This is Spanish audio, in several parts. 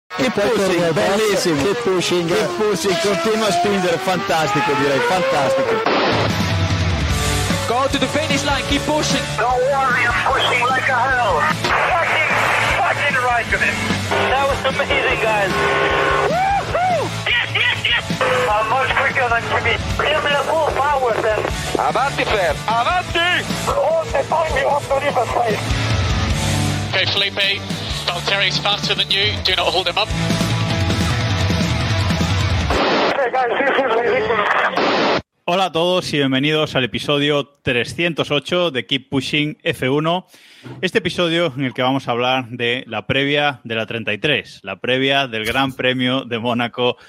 Che pushing, bellissimo. Che pushing, continua a spingere, fantastico, direi, fantastico. Go to the finish line, keep pushing. Don't worry, I'm pushing like a hell. Fucking right with him. That was amazing, guys. Woo-hoo! Yes! I'm much quicker than Jimmy. Give me the full power then. Avanti, Fer, avanti! All the time you have to leave a place. Okay, Felipe, Valtteri's faster than you. Do not hold him up. Hey guys, this is ridiculous. Hola a todos y bienvenidos al episodio 308 de Keep Pushing F1. Este episodio en el que vamos a hablar de la previa de la 33, la previa del Gran Premio de Mónaco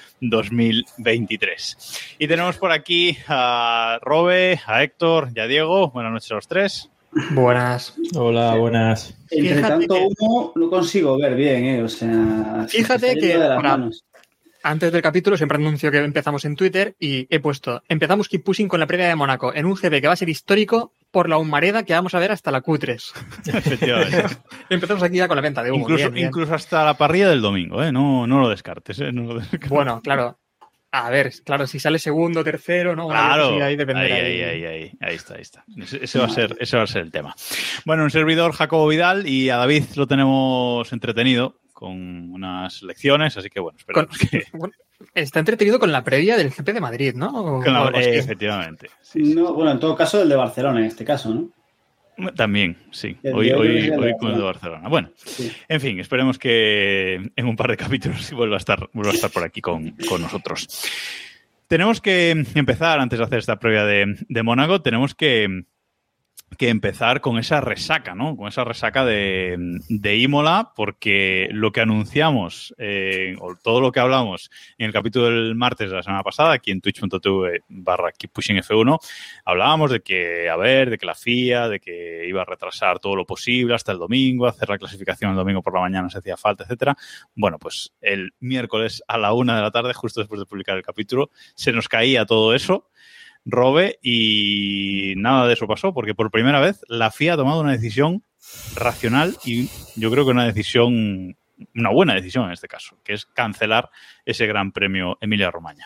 2023. Y tenemos por aquí a Robe, a Héctor y a Diego. Buenas noches a los tres. Buenas. Hola, buenas. Entre Fíjate tanto que- humo no consigo ver bien, o sea... Fíjate saliendo que de las ahora- manos. Antes del capítulo siempre anuncio que empezamos en Twitter y he puesto, empezamos Keep Pushing con la previa de Mónaco en un GP que va a ser histórico por la humareda que vamos a ver hasta la Q3. Efectivamente. Empezamos aquí ya con la venta de humo. Incluso, Bien. incluso hasta la parrilla del domingo, ¿eh? No lo descartes, ¿eh? No lo descartes. Bueno, claro. A ver, claro, si sale segundo, tercero, ¿no? Una Claro, cosilla ahí dependerá. ahí está. Ese va a ser el tema. Bueno, un servidor, Jacobo Vidal, y a David lo tenemos entretenido con unas lecciones, así que bueno, esperamos que... Bueno, está entretenido con la previa del GP de Madrid, ¿no? O con la- algo así. efectivamente. Sí. No, bueno, en todo caso el de Barcelona en este caso, ¿no? También, sí. El Hoy de hoy es el de con el de Barcelona. Bueno, Sí. en fin, esperemos que en un par de capítulos vuelva a estar por aquí con nosotros. Tenemos que empezar, antes de hacer esta previa de Mónaco, tenemos que empezar con esa resaca, ¿no? Con esa resaca de Imola, porque lo que anunciamos, o todo lo que hablamos en el capítulo del martes de la semana pasada, aquí en twitch.tv/KeepPushingF1, hablábamos de que la FIA, de que iba a retrasar todo lo posible hasta el domingo, hacer la clasificación el domingo por la mañana si hacía falta, etcétera. Bueno, pues el miércoles a la 1 de la tarde, justo después de publicar el capítulo, se nos caía todo eso, Robe, y nada de eso pasó, porque por primera vez la FIA ha tomado una decisión racional y yo creo que una buena decisión en este caso, que es cancelar ese Gran Premio Emilia-Romagna.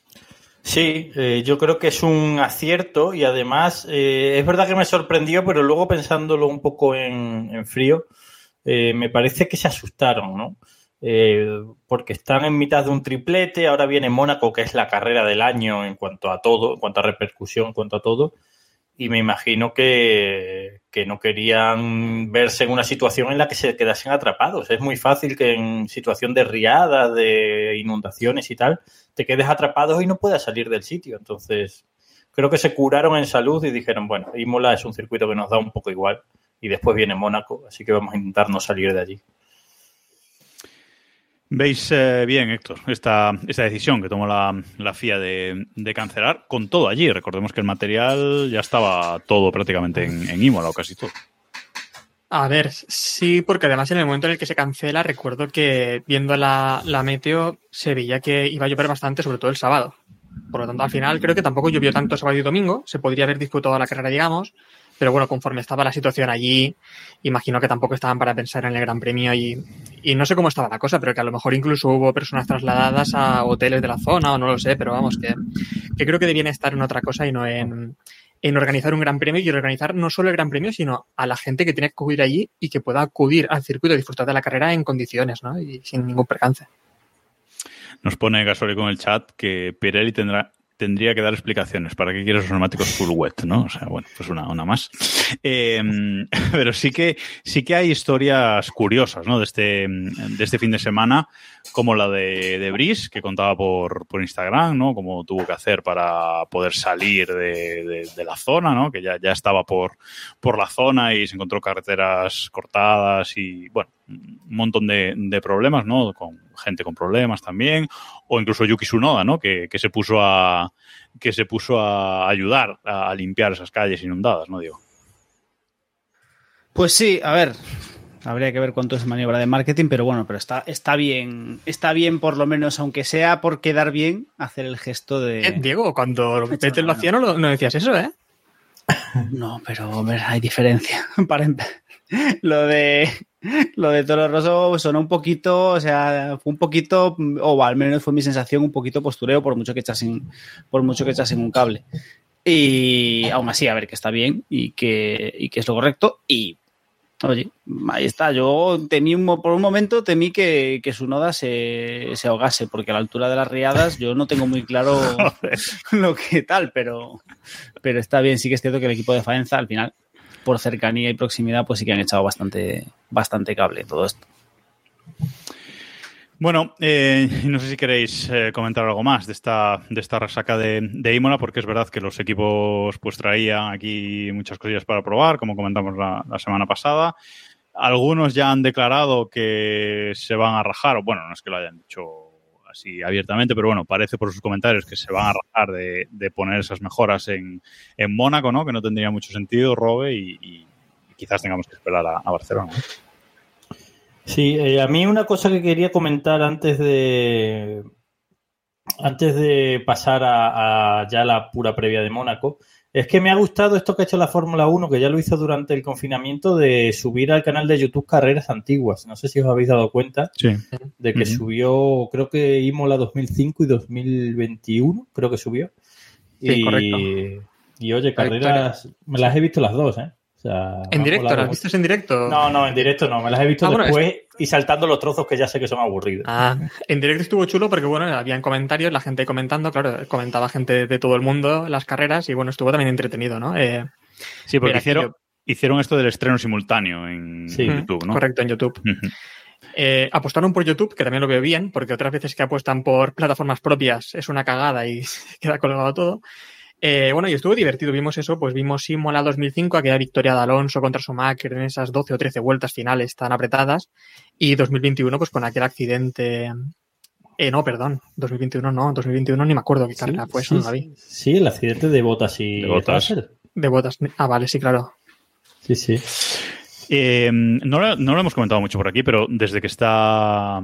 Sí, yo creo que es un acierto y además es verdad que me sorprendió, pero luego pensándolo un poco en frío, me parece que se asustaron, ¿no? Porque están en mitad de un triplete, ahora viene Mónaco, que es la carrera del año en cuanto a todo, en cuanto a repercusión, en cuanto a todo, y me imagino que no querían verse en una situación en la que se quedasen atrapados. Es muy fácil que en situación de riadas, de inundaciones y tal, te quedes atrapado y no puedas salir del sitio. Entonces, creo que se curaron en salud y dijeron, bueno, Imola es un circuito que nos da un poco igual y después viene Mónaco, así que vamos a intentar no salir de allí. ¿Veis bien, Héctor, esta decisión que tomó la FIA de cancelar con todo allí? Recordemos que el material ya estaba todo prácticamente en Imola, o casi todo. A ver, sí, porque además en el momento en el que se cancela, recuerdo que viendo la meteo se veía que iba a llover bastante, sobre todo el sábado. Por lo tanto, al final creo que tampoco llovió tanto sábado y domingo, se podría haber disputado la carrera, digamos, pero bueno, conforme estaba la situación allí, imagino que tampoco estaban para pensar en el Gran Premio y no sé cómo estaba la cosa, pero que a lo mejor incluso hubo personas trasladadas a hoteles de la zona o no lo sé, pero vamos, que creo que debían estar en otra cosa y no en organizar un Gran Premio y organizar no solo el Gran Premio, sino a la gente que tiene que acudir allí y que pueda acudir al circuito y disfrutar de la carrera en condiciones, ¿no? Y sin ningún percance. Nos pone Gasoli con el chat que Pirelli tendría que dar explicaciones para qué quiere esos neumáticos full wet, ¿no? O sea, bueno, pues una más. Pero sí que hay historias curiosas, ¿no? De este fin de semana, como la de Brice, que contaba por Instagram, ¿no? Cómo tuvo que hacer para poder salir de la zona, ¿no? Que ya estaba por la zona y se encontró carreteras cortadas y, bueno, un montón de problemas, ¿no? Con gente con problemas también, o incluso Yuki Tsunoda, ¿no? Que se puso a ayudar a limpiar esas calles inundadas, ¿no, Diego? Pues sí, a ver, habría que ver cuánto es maniobra de marketing, pero bueno, pero está bien por lo menos, aunque sea por quedar bien, hacer el gesto de... Diego, cuando Vettel lo hacía no decías eso, ¿eh? No, pero hombre, hay diferencia. Lo de Lo de Toro Rosso sonó un poquito, o sea, fue un poquito, o al menos fue mi sensación, un poquito postureo por mucho que echasen un cable. Y aún así, a ver, que está bien y que es lo correcto. Y, oye, ahí está. Yo por un momento temí que Tsunoda se ahogase, porque a la altura de las riadas yo no tengo muy claro lo que tal, pero está bien. Sí que es cierto que el equipo de Faenza, al final, por cercanía y proximidad, pues sí que han echado bastante cable todo esto. Bueno, no sé si queréis comentar algo más de esta resaca de Imola, porque es verdad que los equipos pues traían aquí muchas cosillas para probar, como comentamos la semana pasada. Algunos ya han declarado que se van a rajar, o bueno, no es que lo hayan dicho así abiertamente, pero bueno, parece por sus comentarios que se van a rajar de poner esas mejoras en Mónaco, ¿no? Que no tendría mucho sentido, Robe, y quizás tengamos que esperar a Barcelona, ¿no? Sí, a mí una cosa que quería comentar antes de pasar a ya la pura previa de Mónaco, es que me ha gustado esto que ha hecho la Fórmula 1, que ya lo hizo durante el confinamiento, de subir al canal de YouTube carreras antiguas. No sé si os habéis dado cuenta de que subió, creo que Imola 2005 y 2021, creo que subió. Sí, correcto. Y oye, carreras, me las he visto las dos, ¿eh? O sea, ¿En directo? ¿Las viste en directo? No, en directo no. Me las he visto después y saltando los trozos que ya sé que son aburridos. En directo estuvo chulo porque, bueno, habían comentarios, la gente comentando, claro, comentaba gente de todo el mundo las carreras y, bueno, estuvo también entretenido, ¿no? Sí, porque hicieron esto del estreno simultáneo en YouTube, ¿no? Correcto, en YouTube. Apostaron por YouTube, que también lo veo bien, porque otras veces que apuestan por plataformas propias es una cagada y queda colgado todo. Bueno, y estuvo divertido, vimos Imola 2005, aquella victoria de Alonso contra Schumacher en esas 12 o 13 vueltas finales tan apretadas, y 2021 pues con aquel accidente... 2021 ni me acuerdo qué carrera fue, eso no la vi. Sí, el accidente de Bottas y... De Bottas, vale, sí, claro. Sí. No lo hemos comentado mucho por aquí, pero desde que está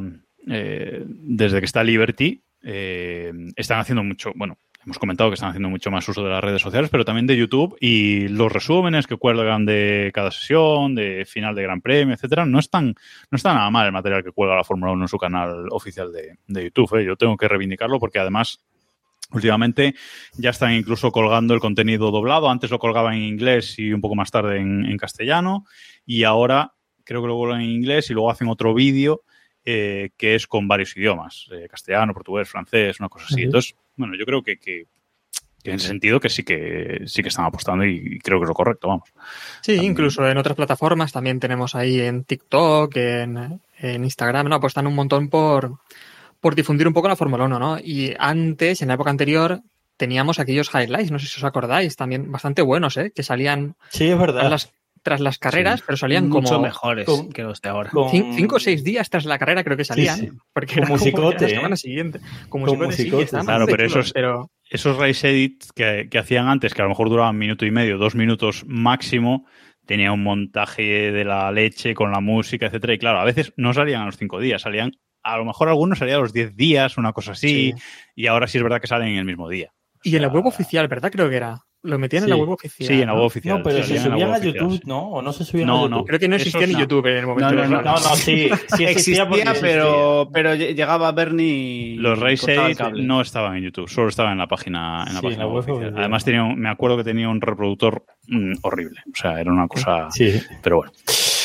Liberty están haciendo mucho, bueno, hemos comentado que están haciendo mucho más uso de las redes sociales, pero también de YouTube, y los resúmenes que cuelgan de cada sesión, de final de Gran Premio, etcétera, no está nada mal el material que cuelga la Fórmula 1 en su canal oficial de YouTube. Yo tengo que reivindicarlo porque además últimamente ya están incluso colgando el contenido doblado. Antes lo colgaban en inglés y un poco más tarde en castellano, y ahora creo que lo colgan en inglés y luego hacen otro vídeo que es con varios idiomas, castellano, portugués, francés, una cosa así. Entonces, bueno, yo creo que en ese sentido que sí que están apostando y creo que es lo correcto, vamos. Sí, también. Incluso en otras plataformas también tenemos ahí en TikTok, en Instagram, ¿no? Apuestan un montón por difundir un poco la Fórmula 1, ¿no? Y antes, en la época anterior, teníamos aquellos highlights, no sé si os acordáis, también bastante buenos, que salían... Sí, es verdad. Tras las carreras, pero salían mucho mejores que los de ahora. 5 o 6 días tras la carrera creo que salían. Sí. Porque con musicote, la semana siguiente. Con musicote. Claro, pero esos race edits que hacían antes, que a lo mejor duraban 1 minuto y medio, 2 minutos máximo, tenía un montaje de la leche con la música, etcétera. Y claro, a veces no salían a los 5 días, a lo mejor algunos salían a los 10 días, una cosa así, y ahora sí es verdad que salen en el mismo día. Y en la web oficial, ¿verdad? Creo que era. Lo metían en la web oficial. Sí, en la web oficial. No, pero se subían a YouTube, ¿no? ¿O no se subían a YouTube? No. Creo que no existía ni YouTube en el momento. No, sí existía pero llegaba Bernie. Los Race Edits no estaban en YouTube, solo estaban en la página web oficial. Además, me acuerdo que tenía un reproductor horrible. O sea, era una cosa... Sí. Pero bueno.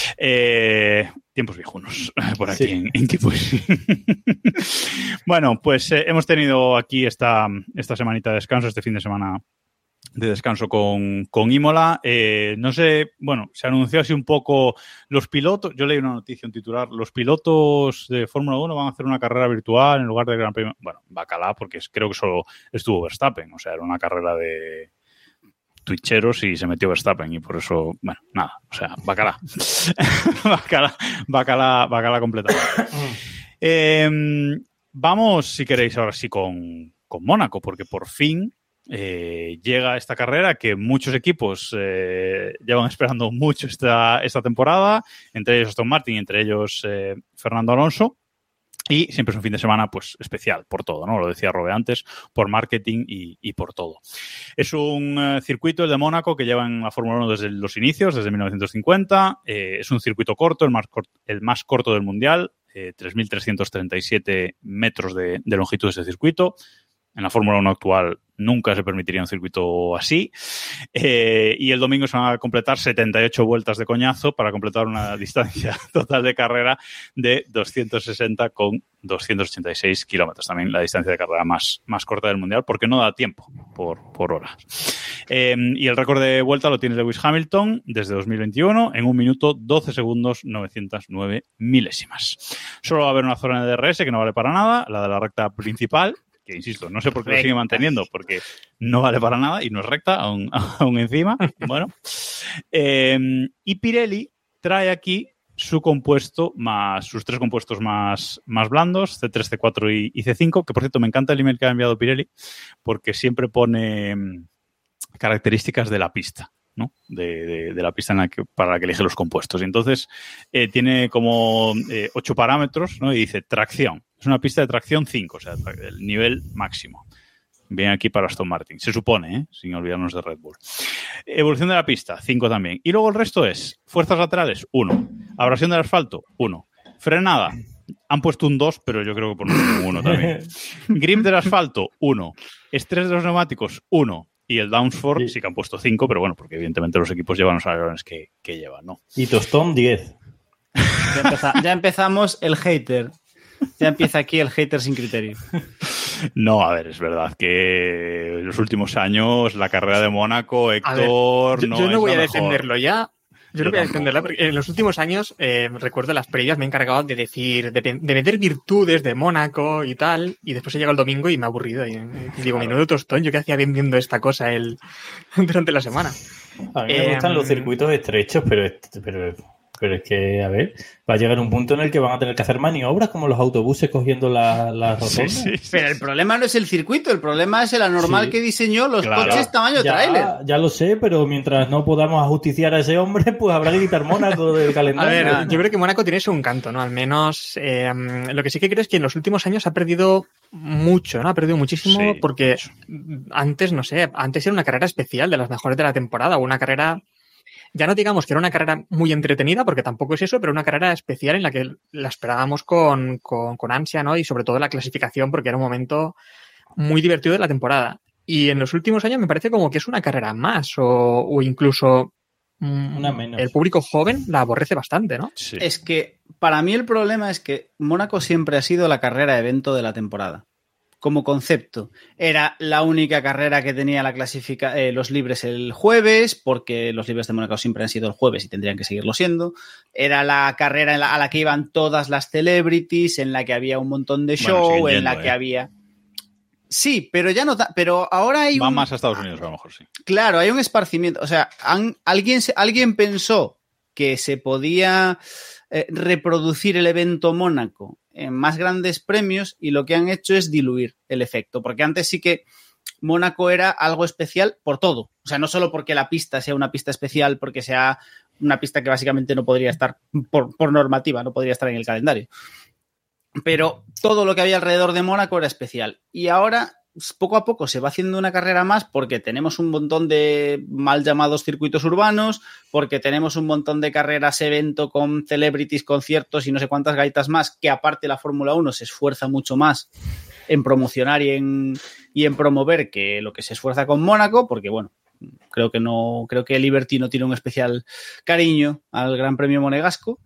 Tiempos viejunos por aquí en Tifosi. Bueno, pues hemos tenido aquí esta semanita de descanso, este fin de semana de descanso con Imola. No sé, bueno, se anunció así un poco los pilotos. Yo leí una noticia, un titular. Los pilotos de Fórmula 1 van a hacer una carrera virtual en lugar del Gran Premio. Bueno, bacalá, porque creo que solo estuvo Verstappen. O sea, era una carrera de twitcheros y se metió Verstappen y por eso, bueno, nada. O sea, bacalá. bacalá completamente. Vamos, si queréis, ahora sí con Mónaco, porque por fin llega esta carrera que muchos equipos llevan esperando mucho esta temporada, entre ellos Aston Martin y entre ellos Fernando Alonso, Y siempre es un fin de semana pues especial por todo, ¿no? Lo decía Robe antes, por marketing y por todo. Es un circuito, el de Mónaco, que lleva en la Fórmula 1 desde los inicios, desde 1950. Es un circuito corto, el más corto del Mundial, 3.337 metros de longitud de ese circuito. En la Fórmula 1 actual nunca se permitiría un circuito así. Y el domingo se van a completar 78 vueltas de coñazo para completar una distancia total de carrera de 260,286 kilómetros. También la distancia de carrera más corta del Mundial, porque no da tiempo por horas. Y el récord de vuelta lo tiene Lewis Hamilton desde 2021 en 1 minuto 12 segundos 909 milésimas. Solo va a haber una zona de DRS que no vale para nada, la de la recta principal, que insisto, no sé por qué lo sigue manteniendo, porque no vale para nada y no es recta, aún encima. Bueno. Y Pirelli trae aquí sus 3 compuestos más blandos, C3, C4 y C5, que por cierto me encanta el email que ha enviado Pirelli, porque siempre pone características de la pista, ¿no? De la pista para la que elige los compuestos. Y entonces tiene como 8 parámetros, ¿no? Y dice tracción. Es una pista de tracción 5, o sea, el nivel máximo. Bien aquí para Aston Martin. Se supone, sin olvidarnos de Red Bull. Evolución de la pista, 5 también. Y luego el resto es fuerzas laterales, 1. Abrasión del asfalto, 1. Frenada, han puesto un 2, pero yo creo que por un 1 también. Grip del asfalto, 1. Estrés de los neumáticos, 1. Y el downforce sí que han puesto 5, pero bueno, porque evidentemente los equipos llevan los alerones que llevan, ¿no? Y tostón, 10. Ya empezamos el hater. Ya empieza aquí el hater sin criterio. No, a ver, es verdad que en los últimos años la carrera de Mónaco, Héctor, yo no voy a defenderlo mejor. ya. Yo no voy a defenderla porque en los últimos años, recuerdo las previas, me he encargado de decir, de meter virtudes de Mónaco y tal, y después he llegado el domingo y me ha aburrido. Y digo, menudo tostón, ¿yo qué hacía bien viendo esta cosa durante la semana? A mí me gustan los circuitos estrechos, pero es que, a ver, va a llegar un punto en el que van a tener que hacer maniobras como los autobuses cogiendo las rotondas. Sí. Pero el problema no es el circuito, el problema es el anormal que diseñó los coches tamaño tráiler. Ya lo sé, pero mientras no podamos ajusticiar a ese hombre, pues habrá que quitar Mónaco del calendario. A ver, yo creo que Mónaco tiene su encanto, ¿no? Al menos lo que sí que creo es que en los últimos años ha perdido mucho, ¿no? Ha perdido muchísimo porque antes, no sé, antes era una carrera especial de las mejores de la temporada, una carrera... Ya no digamos que era una carrera muy entretenida, porque tampoco es eso, pero una carrera especial en la que la esperábamos con ansia, ¿no? Y sobre todo la clasificación, porque era un momento muy divertido de la temporada. Y en los últimos años me parece como que es una carrera más, o incluso una menos. El público joven la aborrece bastante, ¿no? Sí. Es que para mí el problema es que Mónaco siempre ha sido la carrera evento de la temporada. Como concepto. Era la única carrera que tenía los libres el jueves, porque los libres de Mónaco siempre han sido el jueves y tendrían que seguirlo siendo. Era la carrera a la que iban todas las celebrities, en la que había un montón de show, en la que había... Sí, pero ya no... Pero ahora hay Va más a Estados Unidos, a lo mejor, sí. Claro, hay un esparcimiento. O sea, alguien pensó que se podía reproducir el evento Mónaco en más grandes premios y lo que han hecho es diluir el efecto, porque antes sí que Mónaco era algo especial por todo, o sea, no solo porque la pista sea una pista especial, porque sea una pista que básicamente no podría estar, por normativa, no podría estar en el calendario, pero todo lo que había alrededor de Mónaco era especial, y ahora poco a poco se va haciendo una carrera más porque tenemos un montón de mal llamados circuitos urbanos, porque tenemos un montón de carreras evento con celebrities, conciertos y no sé cuántas gaitas más, que aparte la Fórmula 1 se esfuerza mucho más en promocionar y en promover que lo que se esfuerza con Mónaco, porque bueno, creo que Liberty no tiene un especial cariño al Gran Premio Monegasco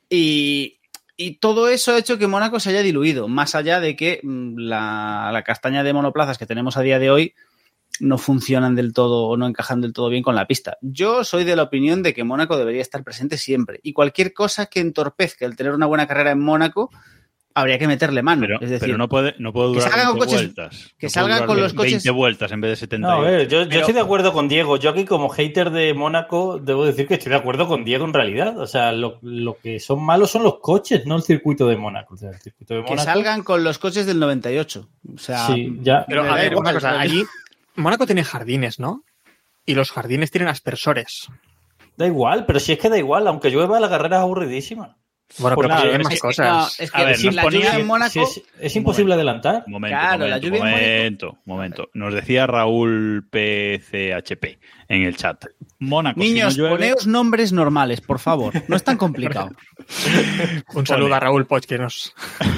y todo eso ha hecho que Mónaco se haya diluido, más allá de que la castaña de monoplazas que tenemos a día de hoy no funcionan del todo o no encajan del todo bien con la pista. Yo soy de la opinión de que Mónaco debería estar presente siempre y cualquier cosa que entorpezca el tener una buena carrera en Mónaco habría que meterle mano. Pero no puede durar 20 vueltas. Que salgan con los coches 20 vueltas en vez de 70. No, a ver, yo estoy de acuerdo con Diego. Yo aquí como hater de Mónaco debo decir que estoy de acuerdo con Diego en realidad. O sea, lo que son malos son los coches, no el circuito de Mónaco. O sea, el circuito de Mónaco... Que salgan con los coches del 98. O sea, sí, ya. Pero a ver, una cosa, allí Mónaco tiene jardines, ¿no? Y los jardines tienen aspersores. Da igual, pero si es que da igual, aunque llueva la carrera es aburridísima. Bueno, Pues pero nada, hay es más que- cosas. Es A que ver, si la ponía- lluvia en Mónaco... Es imposible adelantar. Un momento, Claro, la lluvia en momento. Nos decía Raúl PCHP en el chat. Mónaco, Niños, si no llueve, poneos nombres normales, por favor. No es tan complicado. Un saludo a Raúl Poch, que nos...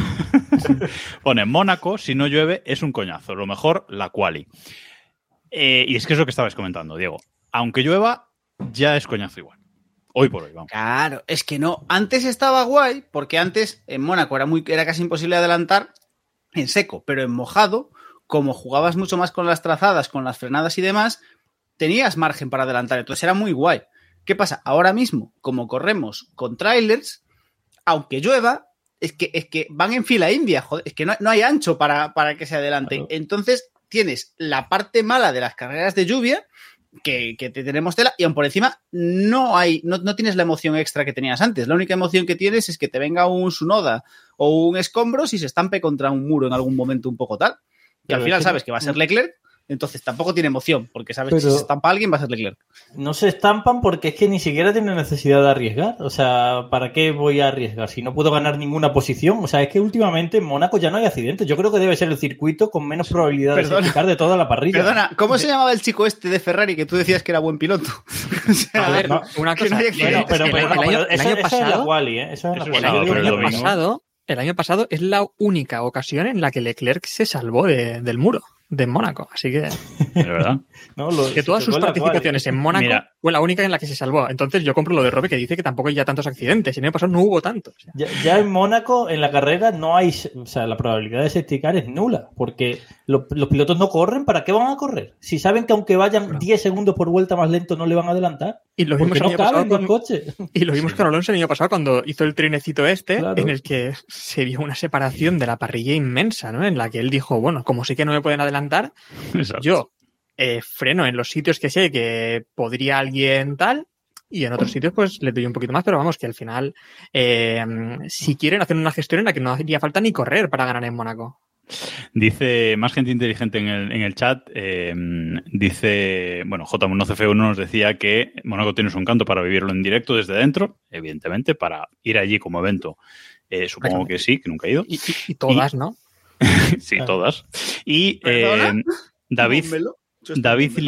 pone Mónaco, si no llueve, es un coñazo. Lo mejor, la quali. Y es que es lo que estabais comentando, Diego. Aunque llueva, ya es coñazo igual. Hoy por hoy, vamos. Claro, es que no. Antes estaba guay, porque antes en Mónaco era casi imposible adelantar en seco, pero en mojado, como jugabas mucho más con las trazadas, con las frenadas y demás, tenías margen para adelantar. Entonces era muy guay. ¿Qué pasa? Ahora mismo, como corremos con trailers, aunque llueva, es que van en fila india, joder, es que no hay ancho para que se adelante. Claro. Entonces tienes la parte mala de las carreras de lluvia, que te tenemos tela, y aún por encima no tienes la emoción extra que tenías antes. La única emoción que tienes es que te venga un Tsunoda o un Escombros y se estampe contra un muro en algún momento un poco tal. Que Pero al final es que- sabes que va a ser Leclerc, entonces tampoco tiene emoción, porque sabes que Pero- si se estampa alguien va a ser Leclerc. No se estampan porque es que ni siquiera tienen necesidad de arriesgar. O sea, ¿para qué voy a arriesgar si no puedo ganar ninguna posición? O sea, es que últimamente en Mónaco ya no hay accidentes. Yo creo que debe ser el circuito con menos probabilidad Perdona. de sacar de toda la parrilla. Perdona, ¿cómo se llamaba el chico este de Ferrari que tú decías que era buen piloto? O sea, A ver, no, una que no cosa. hay Bueno, accidentes. pero, el año- pero el eso, año eso es la pasado- quali, ¿eh? Eso es la Eso es quali. sábado, Yo digo pero que el el domingo. pasado- El año pasado es la única ocasión en la que Leclerc se salvó del muro de Mónaco. Así que De verdad. No, lo- que todas se sus tocó la quali. participaciones en Mónaco Mira. fue la única en la que se salvó. Entonces yo compro lo de Robe, que dice que tampoco hay ya tantos accidentes. El año pasado no hubo tantos. O sea, Ya en Mónaco, en la carrera, no hay. O sea, la probabilidad de safety car es nula. Porque los pilotos no corren. ¿Para qué van a correr? Si saben que aunque vayan 10 segundos por vuelta más lento, no le van a adelantar. y lo vimos Porque el no año pasado caben dos con, coches. y lo vimos con Alonso el año pasado cuando hizo el trinecito este, Claro. en el que se vio una separación de la parrilla inmensa, ¿no? En la que él dijo, bueno, como sé que no me pueden adelantar, Exacto. yo freno en los sitios que sé que podría alguien tal, y en otros sitios pues le doy un poquito más, pero vamos, que al final, si quieren hacer una gestión en la que no haría falta ni correr para ganar en Mónaco. Dice más gente inteligente en el chat. Dice, bueno, J1CF1 nos decía que Mónaco tiene su encanto para vivirlo en directo desde dentro, evidentemente, para ir allí como evento. Supongo que sí, que nunca he ido. Y todas, ¿no? Sí, todas. Y ¿Perdona? David Pónmelo. Yo estoy David pónmelo.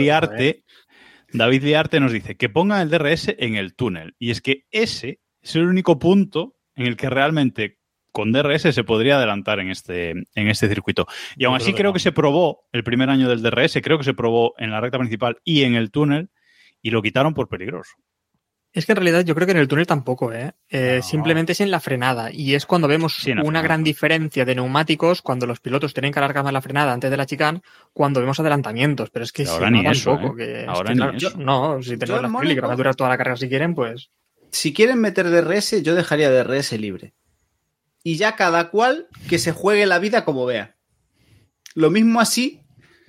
Liarte nos dice que pongan el DRS en el túnel. Y es que ese es el único punto en el que realmente con DRS se podría adelantar en este circuito. Y aún Yo así creo que creo no. que se probó el primer año del DRS, creo que se probó en la recta principal y en el túnel y lo quitaron por peligroso. Es que en realidad yo creo que en el túnel tampoco, ¿eh? No. Simplemente es en la frenada. Y es cuando vemos Sí, en la una frenada. gran diferencia de neumáticos, cuando los pilotos tienen que alargar más la frenada antes de la chicane, cuando vemos adelantamientos. Pero es que Pero ahora ni eso, tampoco. ¿eh? Que, es Ahora que, ni claro, eso. No, si Yo tenemos en la Mónaco- Pirelli que van a durar toda la carrera si quieren, pues... Si quieren meter DRS, yo dejaría DRS libre. Y ya cada cual que se juegue la vida como vea. Lo mismo así,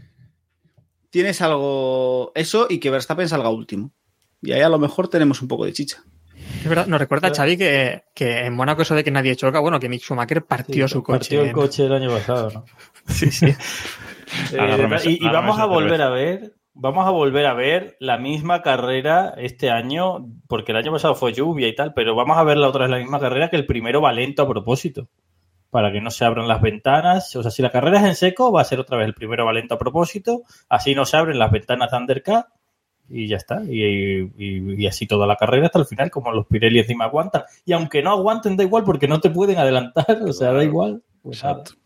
tienes algo... Eso y que Verstappen salga último. Y ahí a lo mejor tenemos un poco de chicha. Es verdad, nos recuerda Xavi que en Mónaco eso de que nadie choca, bueno, que Mick Schumacher partió Sí, su coche. Partió el coche el año pasado, ¿no? Sí, sí. Agárrame esa- Y agárrame vamos esa a volver cerveza. a ver. Vamos a volver a ver la misma carrera este año, porque el año pasado fue lluvia y tal, pero vamos a verla otra vez la misma carrera que el primero va lento a propósito, para que no se abran las ventanas. O sea, si la carrera es en seco, va a ser otra vez el primero va lento a propósito, así no se abren las ventanas de undercut y ya está. Y así toda la carrera hasta el final, como los Pirelli encima aguantan. Y aunque no aguanten, da igual, porque no te pueden adelantar, o sea, da igual. Pues nada. Exacto.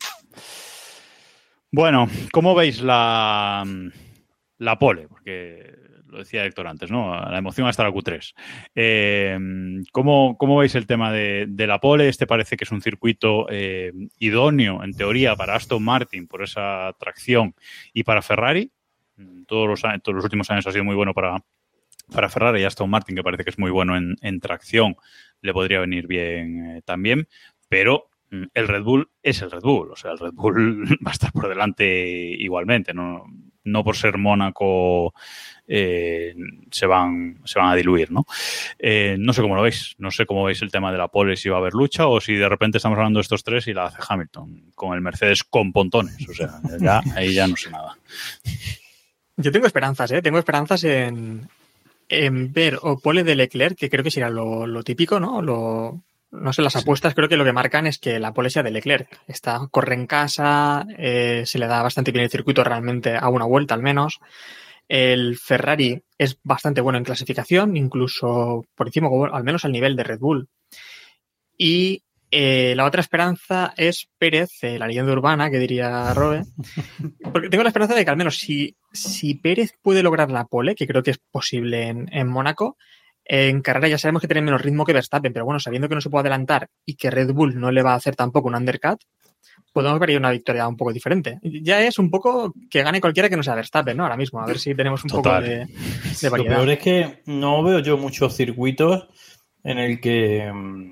Bueno, ¿cómo veis la pole? Porque lo decía Héctor antes, ¿no? La emoción hasta la Q3. ¿Cómo veis el tema de la pole? Este parece que es un circuito idóneo, en teoría, para Aston Martin por esa tracción y para Ferrari. Todos los últimos años ha sido muy bueno para Ferrari y Aston Martin, que parece que es muy bueno en tracción, le podría venir bien también, pero el Red Bull es el Red Bull, o sea, el Red Bull va a estar por delante igualmente, no por ser Mónaco se van a diluir, ¿no? No sé cómo lo veis, no sé cómo veis el tema de la pole, si va a haber lucha o si de repente estamos hablando de estos tres y la hace Hamilton con el Mercedes con pontones, o sea, ahí ya no sé nada. Yo tengo esperanzas, ¿eh? Tengo esperanzas en ver o pole de Leclerc, que creo que será lo típico, ¿no? Lo no sé, las apuestas creo que lo que marcan es que la pole sea de Leclerc. Corre en casa, se le da bastante bien el circuito realmente a una vuelta al menos. El Ferrari es bastante bueno en clasificación, incluso por encima, o al menos al nivel de Red Bull. Y la otra esperanza es Pérez, la leyenda urbana, que diría Robe. Porque tengo la esperanza de que al menos si Pérez puede lograr la pole, que creo que es posible en Mónaco, en carrera ya sabemos que tiene menos ritmo que Verstappen, pero bueno, sabiendo que no se puede adelantar y que Red Bull no le va a hacer tampoco un undercut, podemos ver ahí una victoria un poco diferente. Ya es un poco que gane cualquiera que no sea Verstappen, ¿no? Ahora mismo, a ver si tenemos un poco de variedad. Lo peor es que no veo yo muchos circuitos en el que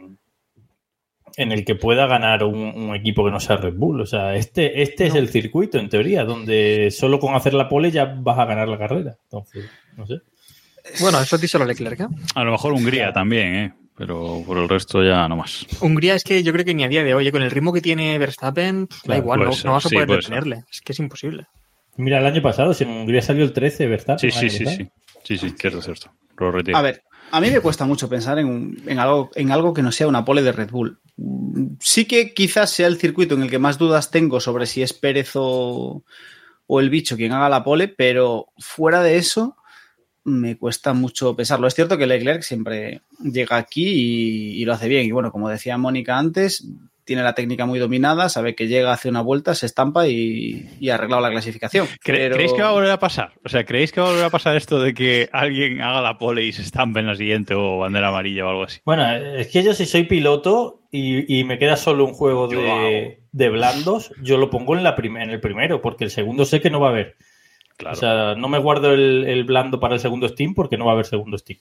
pueda ganar un equipo que no sea Red Bull. O sea, este es el circuito, en teoría, donde solo con hacer la pole ya vas a ganar la carrera. Entonces, no sé. Bueno, eso díselo Leclerc, ¿eh? A lo mejor Hungría también, pero por el resto ya no más. Hungría es que yo creo que ni a día de hoy, con el ritmo que tiene Verstappen, da igual, no vas a poder detenerle. Es que es imposible. Mira, el año pasado, si en Hungría salió el 13 Verstappen. Sí, cierto. Lo retiro. A ver, a mí me cuesta mucho pensar en algo que no sea una pole de Red Bull. Sí que quizás sea el circuito en el que más dudas tengo sobre si es Pérez o el bicho quien haga la pole, pero fuera de eso me cuesta mucho pensarlo. Es cierto que Leclerc siempre llega aquí y lo hace bien. Y bueno, como decía Mónica antes, tiene la técnica muy dominada, sabe que llega, hace una vuelta, se estampa y ha arreglado la clasificación. ¿Creéis que va a volver a pasar? O sea, ¿creéis que va a volver a pasar esto de que alguien haga la pole y se estampe en la siguiente o bandera amarilla o algo así? Bueno, es que yo si soy piloto y me queda solo un juego de blandos, yo lo pongo en el primero, porque el segundo sé que no va a haber. Claro. O sea, no me guardo el blando para el segundo Steam porque no va a haber segundo Steam.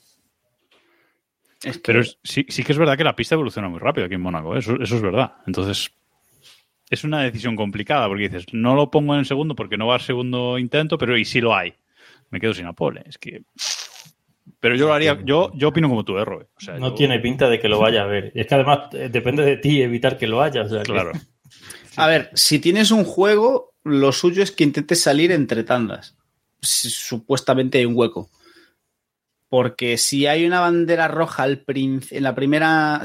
Pero sí que es verdad que la pista evoluciona muy rápido aquí en Mónaco, ¿eh? Eso es verdad. Entonces, es una decisión complicada porque dices, no lo pongo en el segundo porque no va al segundo intento, pero ¿y si lo hay? Me quedo sin la pole. Es que... Pero yo lo haría, yo opino como tú, Robe. O sea, no tiene pinta de que lo vaya a ver. Y es que además depende de ti evitar que lo haya. O sea, claro. A ver, si tienes un juego, lo suyo es que intentes salir entre tandas. Supuestamente hay un hueco. Porque si hay una bandera roja en la primera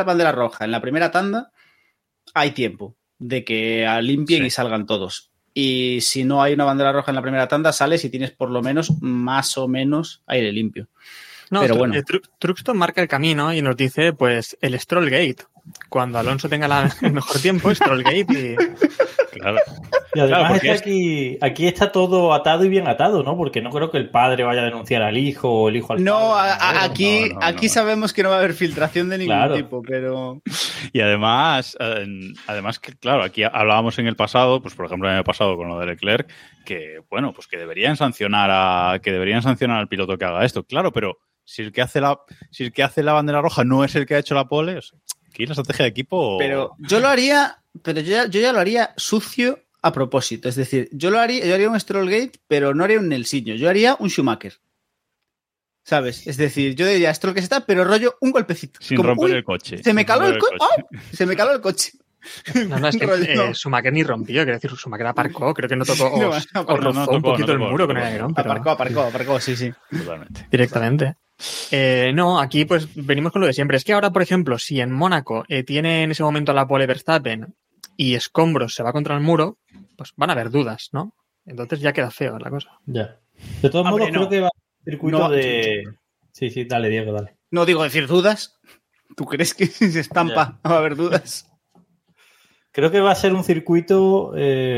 tanda, hay tiempo de que limpien y salgan todos. Y si no hay una bandera roja en la primera tanda, sales y tienes por lo menos más o menos aire limpio. No, pero bueno. Truxton marca el camino y nos dice, pues, el Strollgate. Cuando Alonso tenga el mejor tiempo, Strollgate y... Claro. Y además es que aquí está todo atado y bien atado, ¿no? Porque no creo que el padre vaya a denunciar al hijo o el hijo al padre. Aquí sabemos que no va a haber filtración de ningún tipo, pero... Y además que, claro, aquí hablábamos en el pasado, pues por ejemplo en el pasado con lo de Leclerc, que, bueno, pues que deberían sancionar al piloto que haga esto. Claro, pero si el que hace la bandera roja no es el que ha hecho la pole, aquí la estrategia de equipo... Pero yo lo haría... Pero yo ya lo haría sucio a propósito. Es decir, yo haría un Strollgate, pero no haría un Nelsinho. Yo haría un Schumacher. ¿Sabes? Es decir, yo diría Stroll que está, pero rollo un golpecito. Sin romper el coche. Se me caló el coche. ¡Oh! Se me caló el coche. No, es que Schumacher ni rompió, quiero decir, Schumacher aparcó, creo que no tocó, o rozó un poquito el muro con el alerón. Aparcó, sí. Totalmente. Directamente. No, aquí pues venimos con lo de siempre. Es que ahora, por ejemplo, si en Mónaco tiene en ese momento la pole Verstappen y Escombros se va contra el muro, pues van a haber dudas, ¿no? Entonces ya queda feo la cosa. Ya. De todos modos, creo que va a ser circuito de... Sí, dale, Diego, dale. No digo decir dudas. ¿Tú crees que si se estampa no va a haber dudas? Creo que va a ser un circuito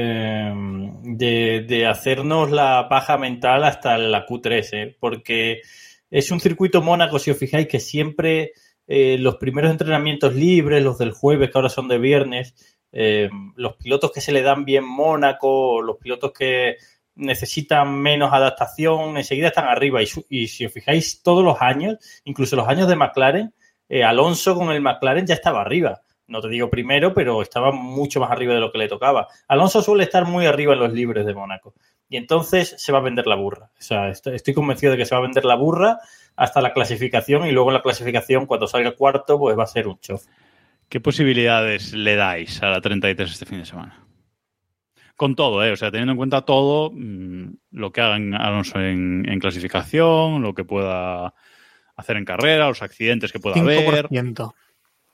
de hacernos la paja mental hasta la Q3, porque es un circuito Mónaco, si os fijáis, que siempre los primeros entrenamientos libres, los del jueves, que ahora son de viernes, los pilotos que se le dan bien Mónaco, los pilotos que necesitan menos adaptación, enseguida están arriba. Y si os fijáis, todos los años, incluso los años de McLaren, Alonso con el McLaren ya estaba arriba. No te digo primero, pero estaba mucho más arriba de lo que le tocaba. Alonso suele estar muy arriba en los libres de Mónaco. Y entonces se va a vender la burra. O sea, estoy convencido de que se va a vender la burra hasta la clasificación y luego en la clasificación, cuando salga cuarto, pues va a ser un chof. ¿Qué posibilidades le dais a la 33 este fin de semana? Con todo, o sea, teniendo en cuenta todo, lo que hagan Alonso en clasificación, lo que pueda hacer en carrera, los accidentes que pueda 5%. haber.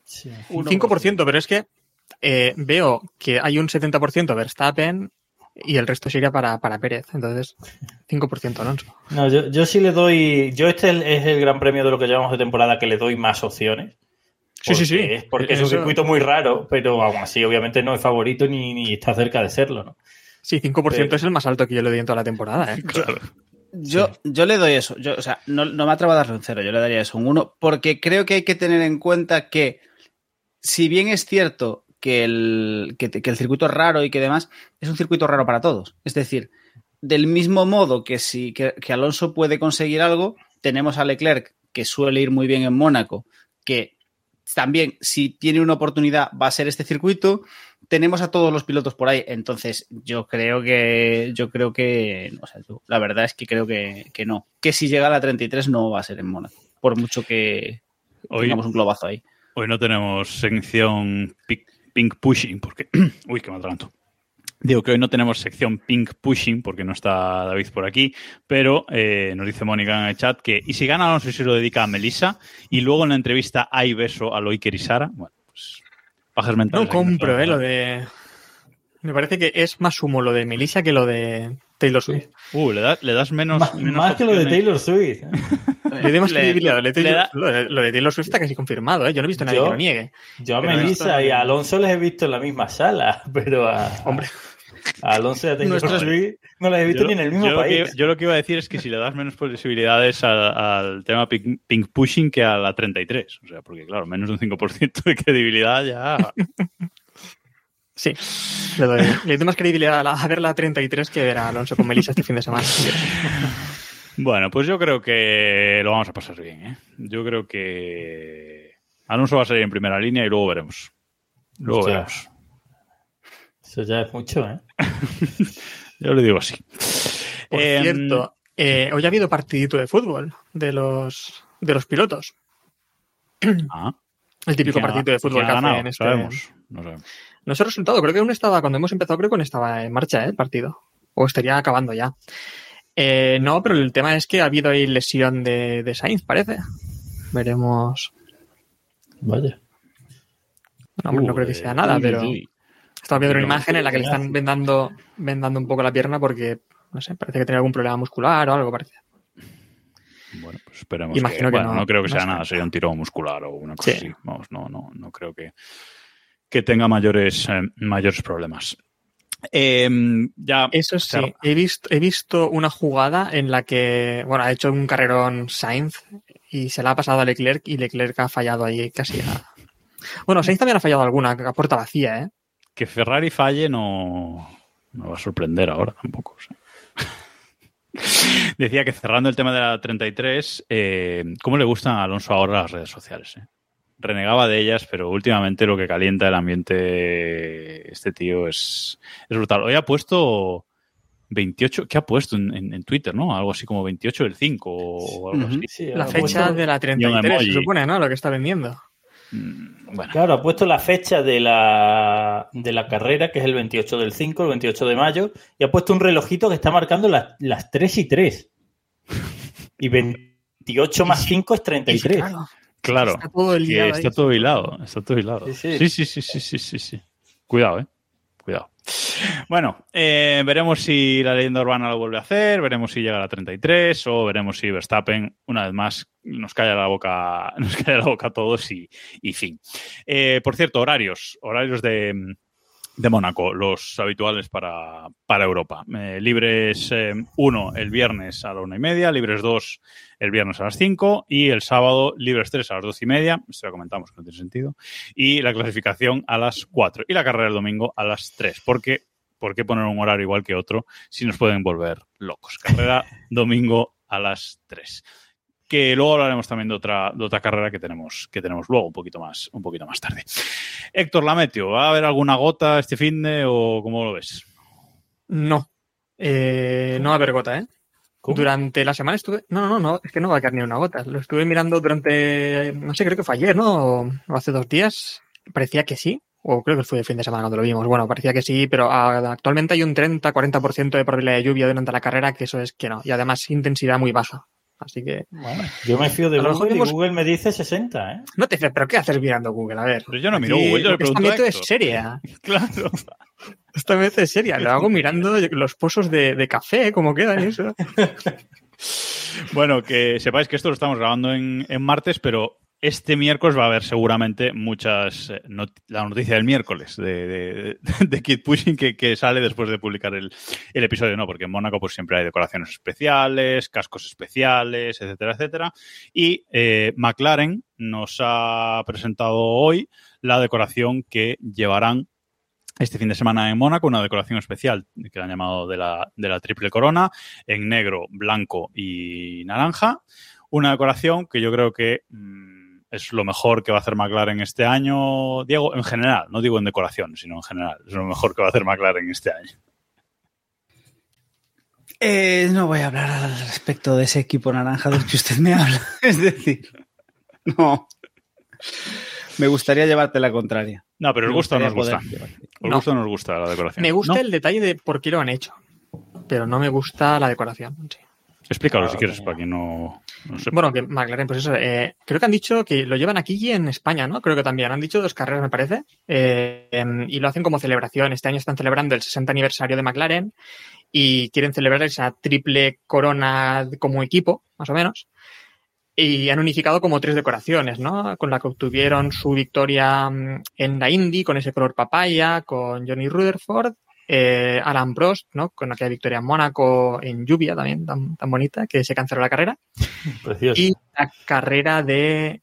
Sí. Un 5%, pero es que veo que hay un 70% Verstappen y el resto sería para Pérez. Entonces, 5% Alonso. No, yo sí le doy... es el gran premio de lo que llevamos de temporada que le doy más opciones. Sí. Porque es un circuito muy raro, pero aún así obviamente no es favorito ni está cerca de serlo, ¿no? Sí, 5% es el más alto que yo le doy en toda la temporada. Claro. Yo le doy eso. O sea, no me atrevo a darle un 0, yo le daría eso un 1, porque creo que hay que tener en cuenta que, si bien es cierto que el circuito es raro y que demás, es un circuito raro para todos. Es decir, del mismo modo que que Alonso puede conseguir algo, tenemos a Leclerc, que suele ir muy bien en Mónaco, que también, si tiene una oportunidad, va a ser este circuito. Tenemos a todos los pilotos por ahí, entonces yo creo que o sea, la verdad es que creo que no. Que si llega a la 33 no va a ser en Mónaco, por mucho que tengamos un globazo ahí. Hoy no tenemos sección pink pushing, porque... Uy, que me adelanto. Digo que hoy no tenemos sección pink pushing porque no está David por aquí, pero nos dice Mónica en el chat que y si gana Alonso y se lo dedica a Melissa y luego en la entrevista hay beso a Loiker y Sara, bueno, pues pajas mentales. No compro, lo de... Me parece que es más humo lo de Melissa que lo de Taylor Swift. Le das menos más que lo de Taylor Swift. Le doy más credibilidad. Lo de Taylor Swift está casi confirmado, ¿eh? Yo no he visto a nadie que lo niegue. Yo a Melissa y a Alonso les he visto en la misma sala, pero Hombre, a Alonso y a Taylor Swift no les he visto ni en el mismo país. Yo lo que iba a decir es que si le das menos posibilidades al tema pink pushing que a la 33. O sea, porque claro, menos de un 5% de credibilidad ya... Sí, le doy más credibilidad a ver la 33 que ver a Alonso con Melissa este fin de semana. Bueno, pues yo creo que lo vamos a pasar bien, ¿eh? Yo creo que Alonso va a salir en primera línea y luego veremos. Veremos. Eso ya es mucho, ¿eh? Yo le digo así. Por cierto, hoy ha habido partidito de fútbol de los pilotos. El típico partidito de fútbol que hacen en sabemos. No sabemos. No sé el resultado, creo que aún estaba, cuando hemos empezado, creo que aún estaba en marcha el partido. O estaría acabando ya. No, pero el tema es que ha habido ahí lesión de Sainz, parece. Veremos. Vaya. No creo que sea nada, pero estaba viendo una imagen en la que le están vendando un poco la pierna porque, no sé, parece que tiene algún problema muscular o algo, parece. Bueno, pues esperemos. Imagino que no creo que sea nada, sería un tirón muscular o una cosa así. Vamos, no creo que tenga mayores problemas. Ya eso sí, he visto una jugada en la que, bueno, ha hecho un carrerón Sainz y se la ha pasado a Leclerc y Leclerc ha fallado ahí casi Bueno, Sainz también ha fallado alguna, a puerta vacía, ¿eh? Que Ferrari falle no va a sorprender ahora tampoco, o sea. Decía que cerrando el tema de la 33, ¿cómo le gustan a Alonso ahora las redes sociales? Renegaba de ellas, pero últimamente lo que calienta el ambiente este tío es brutal. Hoy ha puesto 28, ¿qué ha puesto en Twitter, no? Algo así como 28 del 5 o algo así. Sí, la fecha de la 33, se supone, ¿no? Lo que está vendiendo. Bueno. Claro, ha puesto la fecha de la carrera, que es el 28 del 5, el 28 de mayo, y ha puesto un relojito que está marcando las 3 y 3. Y 28 más 5 es 33. Claro, está todo hilado. Está todo hilado. Sí. Cuidado, Cuidado. Bueno, veremos si la leyenda urbana lo vuelve a hacer, veremos si llega a la 33 o veremos si Verstappen, una vez más, nos calla la boca a todos y fin. Por cierto, horarios de Mónaco, los habituales para Europa. Libres 1 el viernes a la 1:30, libres 2 el viernes a las 5 y el sábado libres 3 a las 2:30, esto ya comentamos que no tiene sentido, y la clasificación a las 4 y la carrera del domingo a las 3, porque ¿por qué poner un horario igual que otro si nos pueden volver locos? Carrera domingo a las 3. Que luego hablaremos también de otra carrera que tenemos luego un poquito más tarde. Héctor, la meteo, ¿va a haber alguna gota este finde o cómo lo ves? No. No va a haber gota, ¿eh? ¿Cómo? Durante la semana estuve... No, es que no va a caer ni una gota. Lo estuve mirando durante... No sé, creo que fue ayer, ¿no? O hace 2 días. Parecía que sí. O creo que fue el fin de semana cuando lo vimos. Bueno, parecía que sí, pero actualmente hay un 30-40% de probabilidad de lluvia durante la carrera, que eso es que no. Y además intensidad muy baja. Así que... Bueno, yo me fío de A lo mejor Google y hemos- Google me dice 60, ¿eh? No te pero ¿qué haces mirando Google? A ver. Pero yo no miro aquí Google, yo le esta pregunto a meta es Héctor. seria. Claro. Esta meta es seria. Lo hago mirando los pozos de café, cómo quedan y eso. Bueno, que sepáis que esto lo estamos grabando en martes, pero este miércoles va a haber seguramente muchas... la noticia del miércoles de Keep Pushing que sale después de publicar el episodio, ¿no? Porque en Mónaco pues siempre hay decoraciones especiales, cascos especiales, etcétera, etcétera. Y McLaren nos ha presentado hoy la decoración que llevarán este fin de semana en Mónaco, una decoración especial que han llamado de la triple corona, en negro, blanco y naranja. Una decoración que yo creo que es lo mejor que va a hacer McLaren este año, Diego, en general, no digo en decoración, sino en general. Es lo mejor que va a hacer McLaren este año. No voy a hablar al respecto de ese equipo naranja del que usted me habla. Es decir, no. Me gustaría llevarte la contraria. No, pero os gusta o no os gusta. ¿Os No. gusta o no os gusta la decoración? Me gusta ¿No? el detalle de por qué lo han hecho, pero no me gusta la decoración. Sí. Explícalo si quieres, para quien no sepa. Bueno, que McLaren, pues eso, creo que han dicho que lo llevan aquí y en España, ¿no? Creo que también. Han dicho 2 carreras, me parece, y lo hacen como celebración. Este año están celebrando el 60 aniversario de McLaren y quieren celebrar esa triple corona como equipo, más o menos. Y han unificado como 3 decoraciones, ¿no? Con la que obtuvieron su victoria en la Indy, con ese color papaya, con Johnny Rutherford, Alan Prost, ¿no? Con aquella victoria en Mónaco en lluvia también, tan bonita, que se canceló la carrera. Precioso. Y la carrera de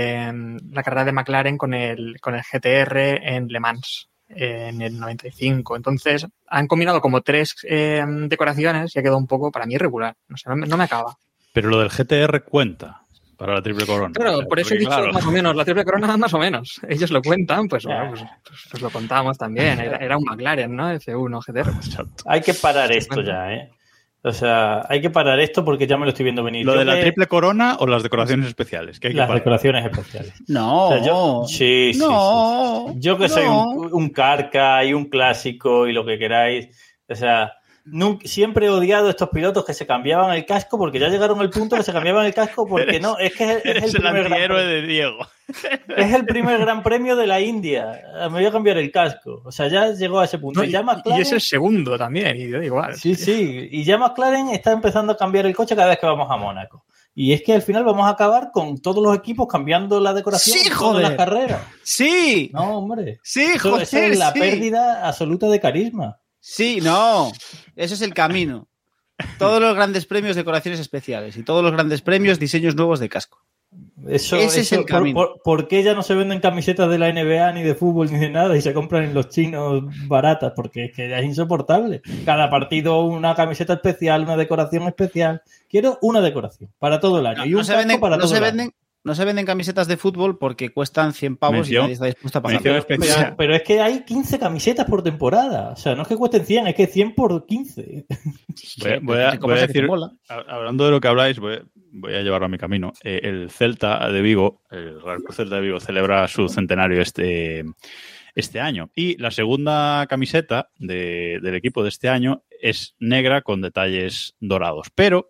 McLaren con el GTR en Le Mans en el 95. Entonces han combinado como 3 decoraciones y ha quedado un poco, para mí, irregular. No sé, no me acaba. Pero lo del GTR cuenta para la triple corona. Claro, O sea, por eso he porque, dicho claro, más o menos, la triple corona más o menos. Ellos lo cuentan, pues bueno, pues lo contábamos también. Era un McLaren, ¿no? F1 GTR. exacto. Hay que parar esto ya, ¿eh? O sea, hay que parar esto porque ya me lo estoy viendo venir. ¿Lo Yo de la que- triple corona o las decoraciones especiales? Que hay que Las parar. decoraciones especiales. No. O sea, sí. No. Yo que soy No. un carca y un clásico y lo que queráis. O sea, siempre he odiado a estos pilotos que se cambiaban el casco porque ya llegaron al punto que se cambiaban el casco porque no, es que es Es el el primer antihéroe de Diego. es el primer gran premio de la India. Me voy a cambiar el casco. O sea, ya llegó a ese punto. No, Y ya McLaren- y es el segundo también, y da igual. Sí, sí. Y ya McLaren está empezando a cambiar el coche cada vez que vamos a Mónaco. Y es que al final vamos a acabar con todos los equipos cambiando la decoración Sí, en todas las joder. carreras. Sí. No, hombre. Sí, Eso joder, es la sí. pérdida absoluta de carisma. Sí, no. Ese es el camino. Todos los grandes premios, decoraciones especiales. Y todos los grandes premios, diseños nuevos de casco. Ese es el camino. ¿Por qué ya no se venden camisetas de la NBA ni de fútbol ni de nada y se compran en los chinos baratas? Porque es que ya es insoportable. Cada partido una camiseta especial, una decoración especial. Quiero una decoración para todo el año. Y un No se casco venden, para no todo se el año. venden, no se venden camisetas de fútbol porque cuestan 100 pavos Mención- y nadie está dispuesto a pagar. mención especial. Pero es que hay 15 camisetas por temporada. O sea, no es que cuesten 100, es que 100 por 15. Voy a decir, hablando de lo que habláis, voy a llevarlo a mi camino. El Celta de Vigo, el Real Cruz Celta de Vigo, celebra su centenario este año. Y la segunda camiseta del equipo de este año es negra con detalles dorados. Pero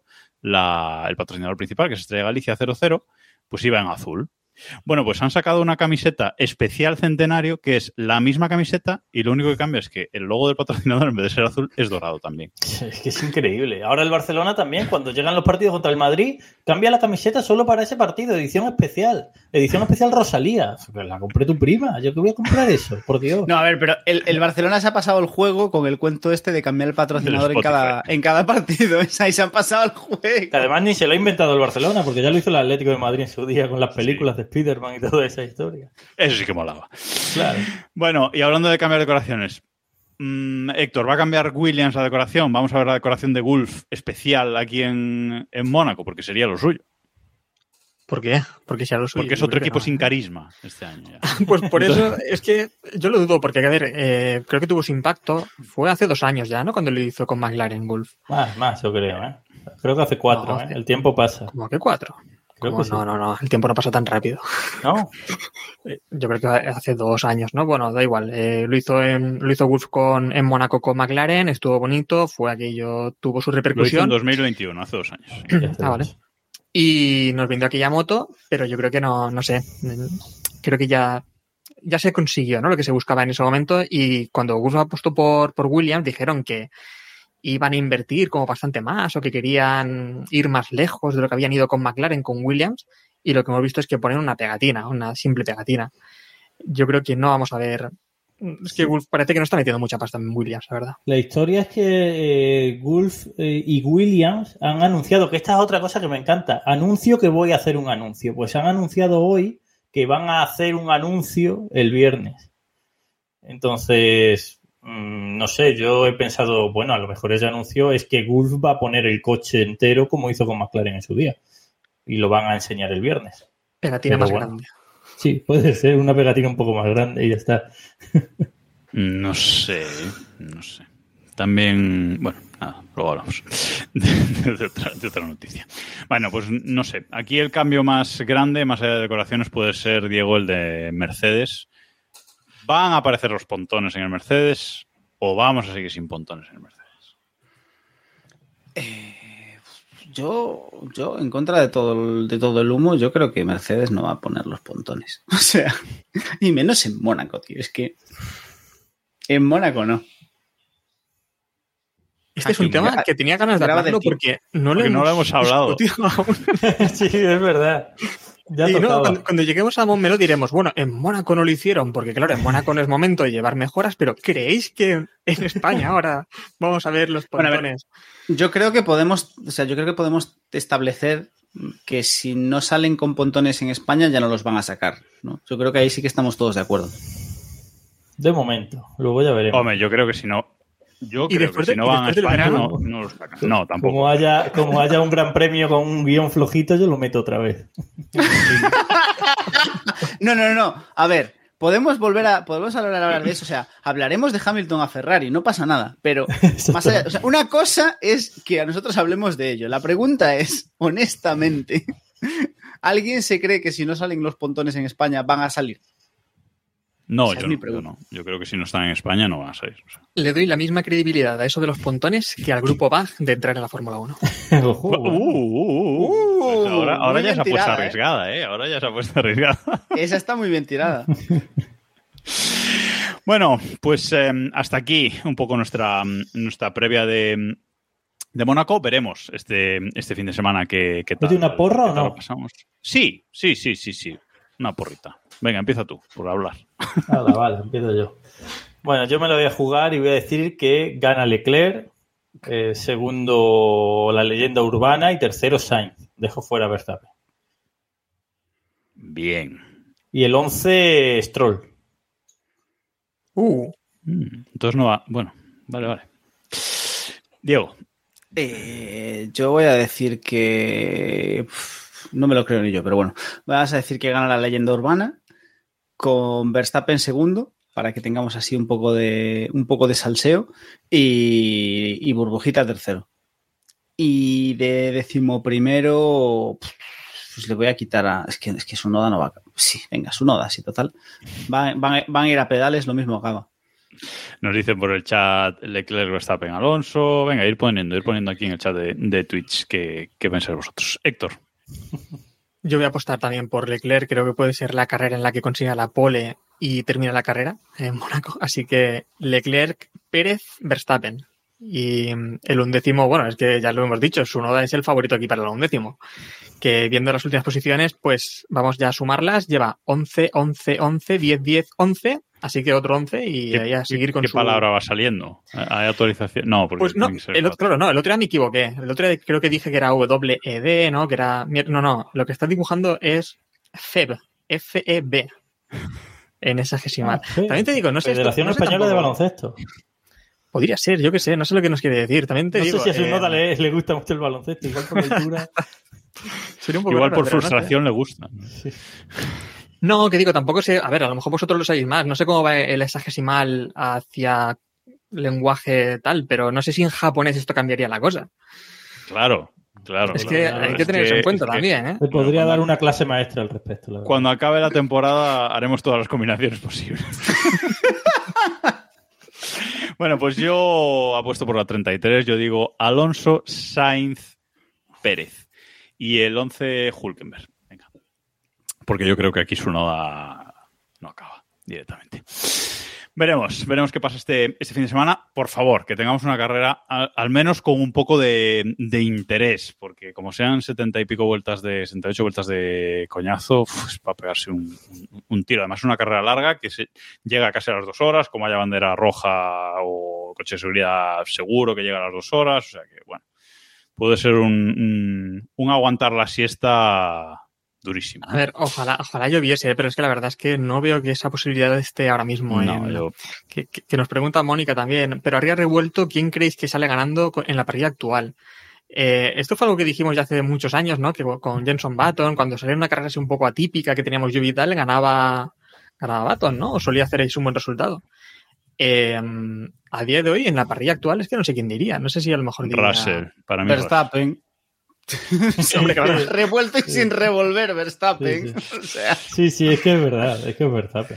el patrocinador principal, que es Estrella Galicia 00, pues iba en azul. Bueno, pues han sacado una camiseta especial centenario que es la misma camiseta y lo único que cambia es que el logo del patrocinador en vez de ser azul es dorado también. Es que es increíble. Ahora el Barcelona también, cuando llegan los partidos contra el Madrid, cambia la camiseta solo para ese partido, edición especial. Edición especial Rosalía. Pero la compré tu prima. ¿Yo qué voy a comprar eso? Por Dios. No, a ver, pero el Barcelona se ha pasado el juego con el cuento este de cambiar el patrocinador Del en cada partido. Ahí se han pasado el juego. Que además ni se lo ha inventado el Barcelona, porque ya lo hizo el Atlético de Madrid en su día con las películas de Spiderman y toda esa historia. Eso sí que molaba. Claro. Bueno, y hablando de cambiar decoraciones, Héctor, ¿va a cambiar Williams la decoración? Vamos a ver la decoración de Gulf especial aquí en Mónaco, porque sería lo suyo. ¿Por qué? Porque sea lo suyo. Porque es Yo otro creo que equipo no. sin carisma este año ya. Pues por eso es que yo lo dudo, porque a ver, creo que tuvo su impacto. Fue hace 2 años ya, ¿no? Cuando lo hizo con McLaren Gulf. Más, yo creo, ¿eh? Creo que hace 4, No, ¿eh? El tiempo pasa. ¿Cómo que 4? Creo ¿Cómo? que sí. No, el tiempo no pasa tan rápido. ¿No? Yo creo que hace 2 años, ¿no? Bueno, da igual. Lo hizo Gulf en Mónaco con McLaren, estuvo bonito, fue aquello, tuvo su Lo hizo en repercusión. 2021, hace 2 años. Ya Ah, vale. Y nos vendió aquella moto, pero yo creo que no sé. Creo que ya se consiguió, ¿no? Lo que se buscaba en ese momento. Y cuando Gus apostó por Williams, dijeron que iban a invertir como bastante más o que querían ir más lejos de lo que habían ido con McLaren, con Williams. Y lo que hemos visto es que ponen una pegatina, una simple pegatina. Yo creo que no vamos a ver. Es que Gulf parece que no está metiendo mucha pasta en Williams, la verdad. La historia es que Gulf y Williams han anunciado, que esta es otra cosa que me encanta, anuncio que voy a hacer un anuncio. Pues han anunciado hoy que van a hacer un anuncio el viernes. Entonces, no sé, yo he pensado, bueno, a lo mejor ese anuncio es que Gulf va a poner el coche entero como hizo con McLaren en su día. Y lo van a enseñar el viernes. Pegatina más grande. Sí, puede ser una pegatina un poco más grande y ya está. No sé. También, bueno, nada, luego hablamos de otra noticia. Bueno, pues no sé. Aquí el cambio más grande, más allá de decoraciones, puede ser, Diego, el de Mercedes. ¿Van a aparecer los pontones en el Mercedes o vamos a seguir sin pontones en el Mercedes? Yo en contra de todo el humo, yo creo que Mercedes no va a poner los pontones. O sea, y menos en Mónaco, tío. Es que en Mónaco no. Este es un tema que tenía ganas de hablarlo porque no lo hemos hablado. Sí, es verdad. Ya y no, cuando lleguemos a Montmeló diremos, bueno, en Mónaco no lo hicieron, porque claro, en Mónaco no es momento de llevar mejoras, pero ¿creéis que en España ahora vamos a ver los pontones? Bueno, yo creo que podemos establecer que si no salen con pontones en España ya no los van a sacar, ¿no? Yo creo que ahí sí que estamos todos de acuerdo. De momento, luego ya veremos. Hombre, yo creo que si no... Yo creo que si no van a España no los sacan. No, tampoco. Como haya un gran premio con un guión flojito, yo lo meto otra vez. No. A ver, podemos hablar de eso. O sea, hablaremos de Hamilton a Ferrari, no pasa nada. Pero más allá, o sea, una cosa es que a nosotros hablemos de ello. La pregunta es, honestamente, ¿alguien se cree que si no salen los pontones en España van a salir? No, yo no. Yo creo que si no están en España no van a salir. O sea. Le doy la misma credibilidad a eso de los pontones que al grupo BAG de entrar en la Fórmula 1. Pues ahora ya se ha puesto arriesgada, ¿eh? Ahora ya se ha puesto arriesgada. Esa está muy bien tirada. Bueno, pues hasta aquí un poco nuestra previa de Mónaco. Veremos este fin de semana qué tal. ¿Es una porra o no? Pasamos. Sí. Una porrita. Venga, empieza tú, por hablar. Vale, empiezo yo. Bueno, yo me lo voy a jugar y voy a decir que gana Leclerc, segundo la leyenda urbana y tercero Sainz. Dejo fuera Verstappen. Bien. Y el 11, Stroll. Entonces no va... Bueno, vale. Diego. Yo voy a decir que... No me lo creo ni yo, pero bueno. Vas a decir que gana la leyenda urbana con Verstappen segundo, para que tengamos así un poco de salseo, y Burbujita tercero. Y de 11º, pues le voy a quitar a... Es que Tsunoda no va... Sí, venga, Tsunoda, sí, total. Van a ir a pedales, lo mismo acaba. Nos dicen por el chat Leclerc, Verstappen, Alonso. Venga, ir poniendo aquí en el chat de Twitch qué pensáis vosotros. Héctor. Yo voy a apostar también por Leclerc. Creo que puede ser la carrera en la que consiga la pole y termina la carrera en Mónaco. Así que Leclerc, Pérez, Verstappen. Y el 11º, bueno, es que ya lo hemos dicho, Tsunoda es el favorito aquí para el 11º. Que viendo las últimas posiciones, pues vamos ya a sumarlas. Lleva 11, 11, 11, 10, 10, 11. Así que otro 11 y ahí a seguir con ¿Qué palabra va saliendo? ¿Hay actualización? No, porque pues no, el otro día me equivoqué. El otro día creo que dije que era WED, ¿no? Que era... No, lo que está dibujando es FEB, F-E-B, en hexagesimal. También te digo, no sé... Federación Española de Baloncesto. Podría ser, yo qué sé, no sé lo que nos quiere decir. También te digo... No sé si a Tsunoda le gusta mucho el baloncesto, igual por altura... Igual por frustración le gusta. Sí. No, que digo, tampoco sé... A ver, a lo mejor vosotros lo sabéis más. No sé cómo va el hexagesimal hacia lenguaje tal, pero no sé si en japonés esto cambiaría la cosa. Claro. Es que hay que tener eso en cuenta también, ¿eh? Te podría dar una clase maestra al respecto. La verdad. Cuando acabe la temporada haremos todas las combinaciones posibles. Bueno, pues yo apuesto por la 33. Yo digo Alonso, Sainz, Pérez. y el 11 Hülkenberg. Venga. Porque yo creo que aquí Tsunoda no acaba directamente. Veremos qué pasa este fin de semana. Por favor, que tengamos una carrera al menos con un poco de interés, porque como sean 78 vueltas de coñazo, es para pegarse un tiro. Además, es una carrera larga que llega casi a las 2 horas, como haya bandera roja o coche de seguridad seguro que llega a las 2 horas. O sea que, bueno, puede ser un aguantar la siesta durísimo. A ver, ojalá lloviese, pero es que la verdad es que no veo que esa posibilidad esté ahora mismo. Que nos pregunta Mónica también, pero arriba revuelto, ¿quién creéis que sale ganando en la parrilla actual? Esto fue algo que dijimos ya hace muchos años, ¿no? Que con Jenson Button, cuando salía una carrera así un poco atípica, que teníamos lluvia y tal, ganaba Button, ¿no? O solía hacer ahí un buen resultado. A día de hoy, en la parrilla actual, es que no sé quién diría. No sé si a lo mejor diría... Russell, para mí Verstappen. Sí, hombre, claro. Revuelto y sin revolver, Verstappen. Sí. O sea. Sí, es que es verdad, Verstappen.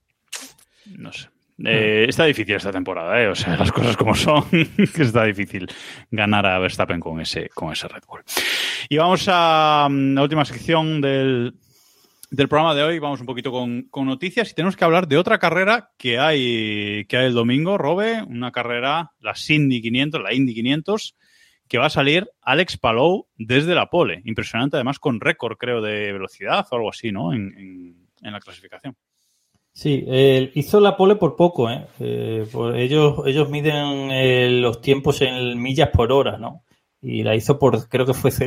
No sé. Está difícil esta temporada, o sea, las cosas como son, que está difícil ganar a Verstappen con ese Red Bull. Y vamos a la última sección del programa de hoy. Vamos un poquito con noticias y tenemos que hablar de otra carrera que hay el domingo, Robe, una carrera, la Indy 500, que va a salir Alex Palou desde la pole. Impresionante, además, con récord, creo, de velocidad o algo así, ¿no? En la clasificación. Sí, hizo la pole por poco, ¿eh? Ellos miden los tiempos en millas por hora, ¿no? Y la hizo creo que fue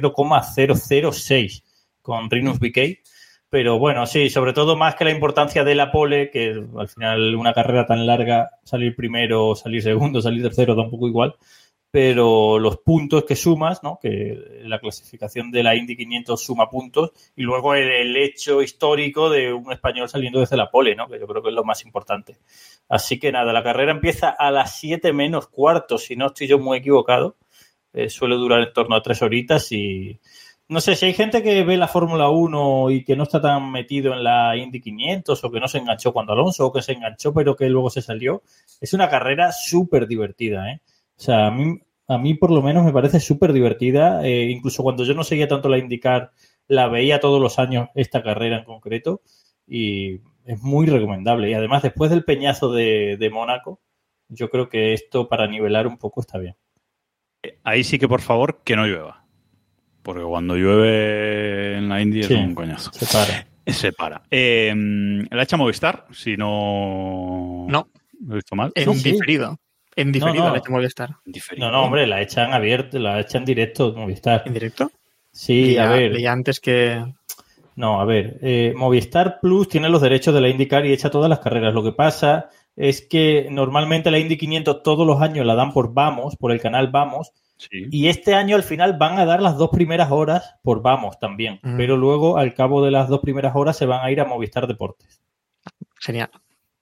0,006 con Rinus VeeKay. Pero bueno, sí, sobre todo más que la importancia de la pole, que al final una carrera tan larga, salir primero, salir segundo, salir tercero, da un poco igual. Pero los puntos que sumas, ¿no? Que la clasificación de la Indy 500 suma puntos, y luego el hecho histórico de un español saliendo desde la pole, ¿no? Que yo creo que es lo más importante. Así que nada, la carrera empieza a las 7 menos cuarto, si no estoy yo muy equivocado. Suele durar en torno a 3 horitas y... No sé, si hay gente que ve la Fórmula 1 y que no está tan metido en la Indy 500 o que no se enganchó cuando Alonso o que se enganchó pero que luego se salió, es una carrera súper divertida, ¿eh? O sea, a mí por lo menos me parece súper divertida. Incluso cuando yo no seguía tanto la IndyCar, la veía todos los años esta carrera en concreto y es muy recomendable. Y además, después del peñazo de Mónaco, yo creo que esto para nivelar un poco está bien. Ahí sí que, por favor, que no llueva. Porque cuando llueve en la Indy es un coñazo. Se para. ¿La echa Movistar? Si no... No. ¿Lo he visto mal? En diferido. En diferido la echa Movistar. No, hombre, la echan abierto, la echan directo Movistar. ¿En directo? Sí, a ver. Leía antes que... No, a ver. Movistar Plus tiene los derechos de la IndyCar y echa todas las carreras. Lo que pasa es que normalmente la Indy 500 todos los años la dan por Vamos, por el canal Vamos. Sí. Y este año al final van a dar las 2 primeras horas por Vamos también. Pero luego, al cabo de las 2 primeras horas, se van a ir a Movistar Deportes. Genial.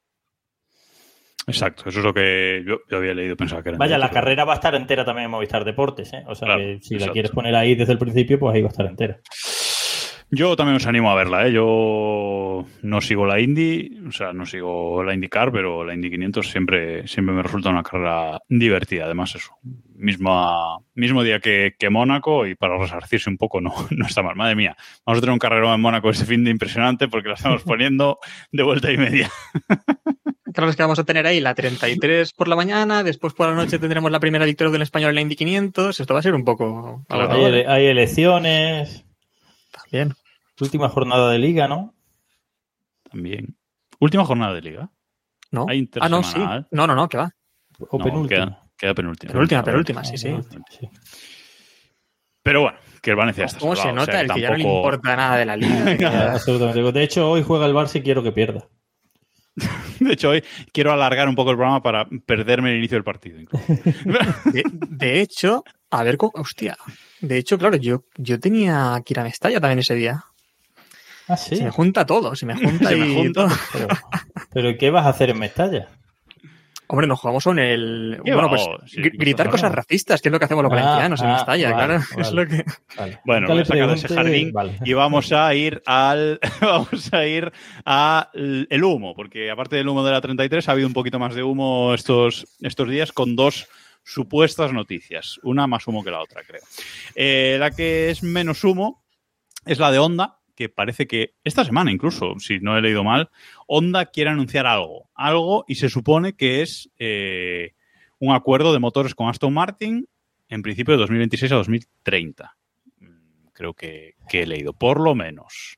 Exacto, eso es lo que yo había leído, pensaba que era. Vaya, la carrera va a estar entera también en Movistar Deportes, ¿eh? O sea, claro, que si la quieres poner ahí desde el principio, pues ahí va a estar entera. Yo también os animo a verla, ¿eh? Yo no sigo la Indy, o sea, no sigo la IndyCar, pero la Indy 500 siempre me resulta una carrera divertida. Además, eso, mismo día que Mónaco, y para resarcirse un poco no está mal. Madre mía, vamos a tener un carrerón en Mónaco ese fin de impresionante porque la estamos poniendo de vuelta y media. Claro, es que vamos a tener ahí la 33 por la mañana, después por la noche tendremos la primera victoria del español en la Indy 500. Esto va a ser un poco... Hay elecciones... También. Última jornada de liga, ¿no? También. ¿Última jornada de liga? No. Hay intersemanal. No, sí. No, ¿qué va? O penúltima. Queda penúltima. Penúltima, sí. Pero bueno, que el Valencia está ¿Cómo se nota? O sea, el que ya no le importa nada de la liga. Absolutamente. De hecho, hoy juega el Barça y quiero que pierda. De hecho, hoy quiero alargar un poco el programa para perderme el inicio del partido. De hecho, a ver cómo... Hostia. De hecho, claro, yo tenía que ir a Mestalla también ese día. Ah, sí. Se me junta todo, todo. Pero ¿qué vas a hacer en Mestalla? Hombre, nos jugamos con el... Bueno, pues gritar cosas racistas, que es lo que hacemos los valencianos en Mestalla, vale, claro. Vale, es lo que... Vale. Bueno, voy a sacar de ese jardín y vamos a ir al el humo, porque aparte del humo de la 33 ha habido un poquito más de humo estos días con 2 supuestas noticias. Una más humo que la otra, creo. La que es menos humo es la de Honda, que parece que esta semana incluso, si no he leído mal, Honda quiere anunciar algo y se supone que es un acuerdo de motores con Aston Martin en principio de 2026 a 2030. Creo que he leído, por lo menos.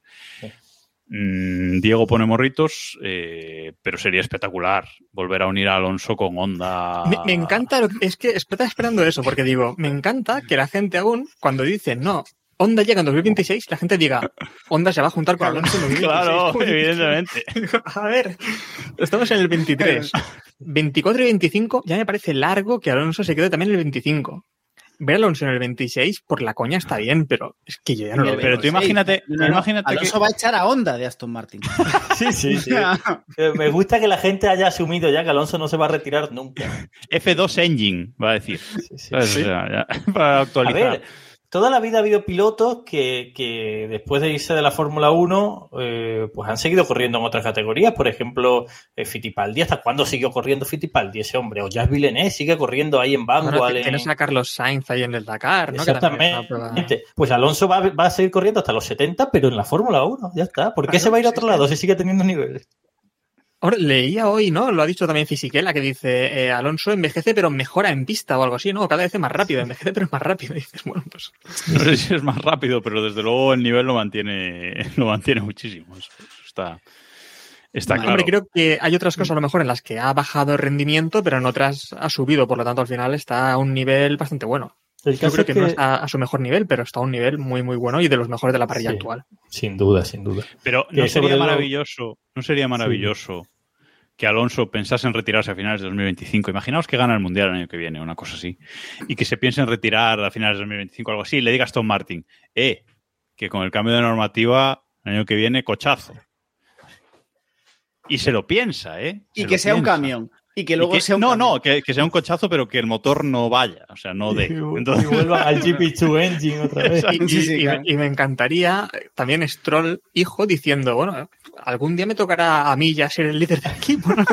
Diego pone morritos, pero sería espectacular volver a unir a Alonso con Honda. Me encanta, es que estaba esperando eso, porque digo, me encanta que la gente aún, cuando dice no, Honda llega en 2026, la gente diga, Honda se va a juntar con Alonso en 2026. Claro, evidentemente. A ver, estamos en el 23. 24 y 25 ya me parece largo que Alonso se quede también en el 25. Ver a Alonso en el 26 por la coña está bien, pero es que yo ya no lo veo. Pero tú imagínate, Alonso va a echar a Honda de Aston Martin. Sí. Me gusta que la gente haya asumido ya que Alonso no se va a retirar nunca. F2 Engine, va a decir. Sí. O sea, ya, para actualizar. A ver, toda la vida ha habido pilotos que después de irse de la Fórmula 1 pues han seguido corriendo en otras categorías. Por ejemplo, Fittipaldi. ¿Hasta cuándo siguió corriendo Fittipaldi ese hombre? O Jacques Villeneuve sigue corriendo ahí en Vanwall. Bueno, tienes a Carlos Sainz ahí en el Dakar, ¿no? Exactamente. Pues Alonso va a seguir corriendo hasta los 70, pero en la Fórmula 1. Ya está. ¿Por qué se va a ir a otro lado si sigue teniendo niveles? Ahora, leía hoy, ¿no? Lo ha dicho también Fisichella, que dice, Alonso envejece pero mejora en pista o algo así, ¿no? Cada vez es más rápido, envejece pero es más rápido. Y dices, bueno, pues... No sé si es más rápido, pero desde luego el nivel lo mantiene muchísimo. Eso está claro. Hombre, creo que hay otras cosas a lo mejor en las que ha bajado el rendimiento, pero en otras ha subido, por lo tanto al final está a un nivel bastante bueno. Yo creo que no está a su mejor nivel, pero está a un nivel muy, muy bueno y de los mejores de la parrilla actual. Sin duda. Pero ¿no sería maravilloso que Alonso pensase en retirarse a finales de 2025? Imaginaos que gana el Mundial el año que viene, una cosa así, y que se piense en retirar a finales de 2025 o algo así, y le diga a Aston Martin, que con el cambio de normativa el año que viene, cochazo. Y se lo piensa, Y que sea un camión. Y que luego sea un que sea un cochazo, pero que el motor no vaya, o sea, no dé. Entonces... Y vuelvan al GP2 Engine otra vez. Y me encantaría también Stroll, hijo, diciendo, bueno, algún día me tocará a mí ya ser el líder del equipo, ¿no?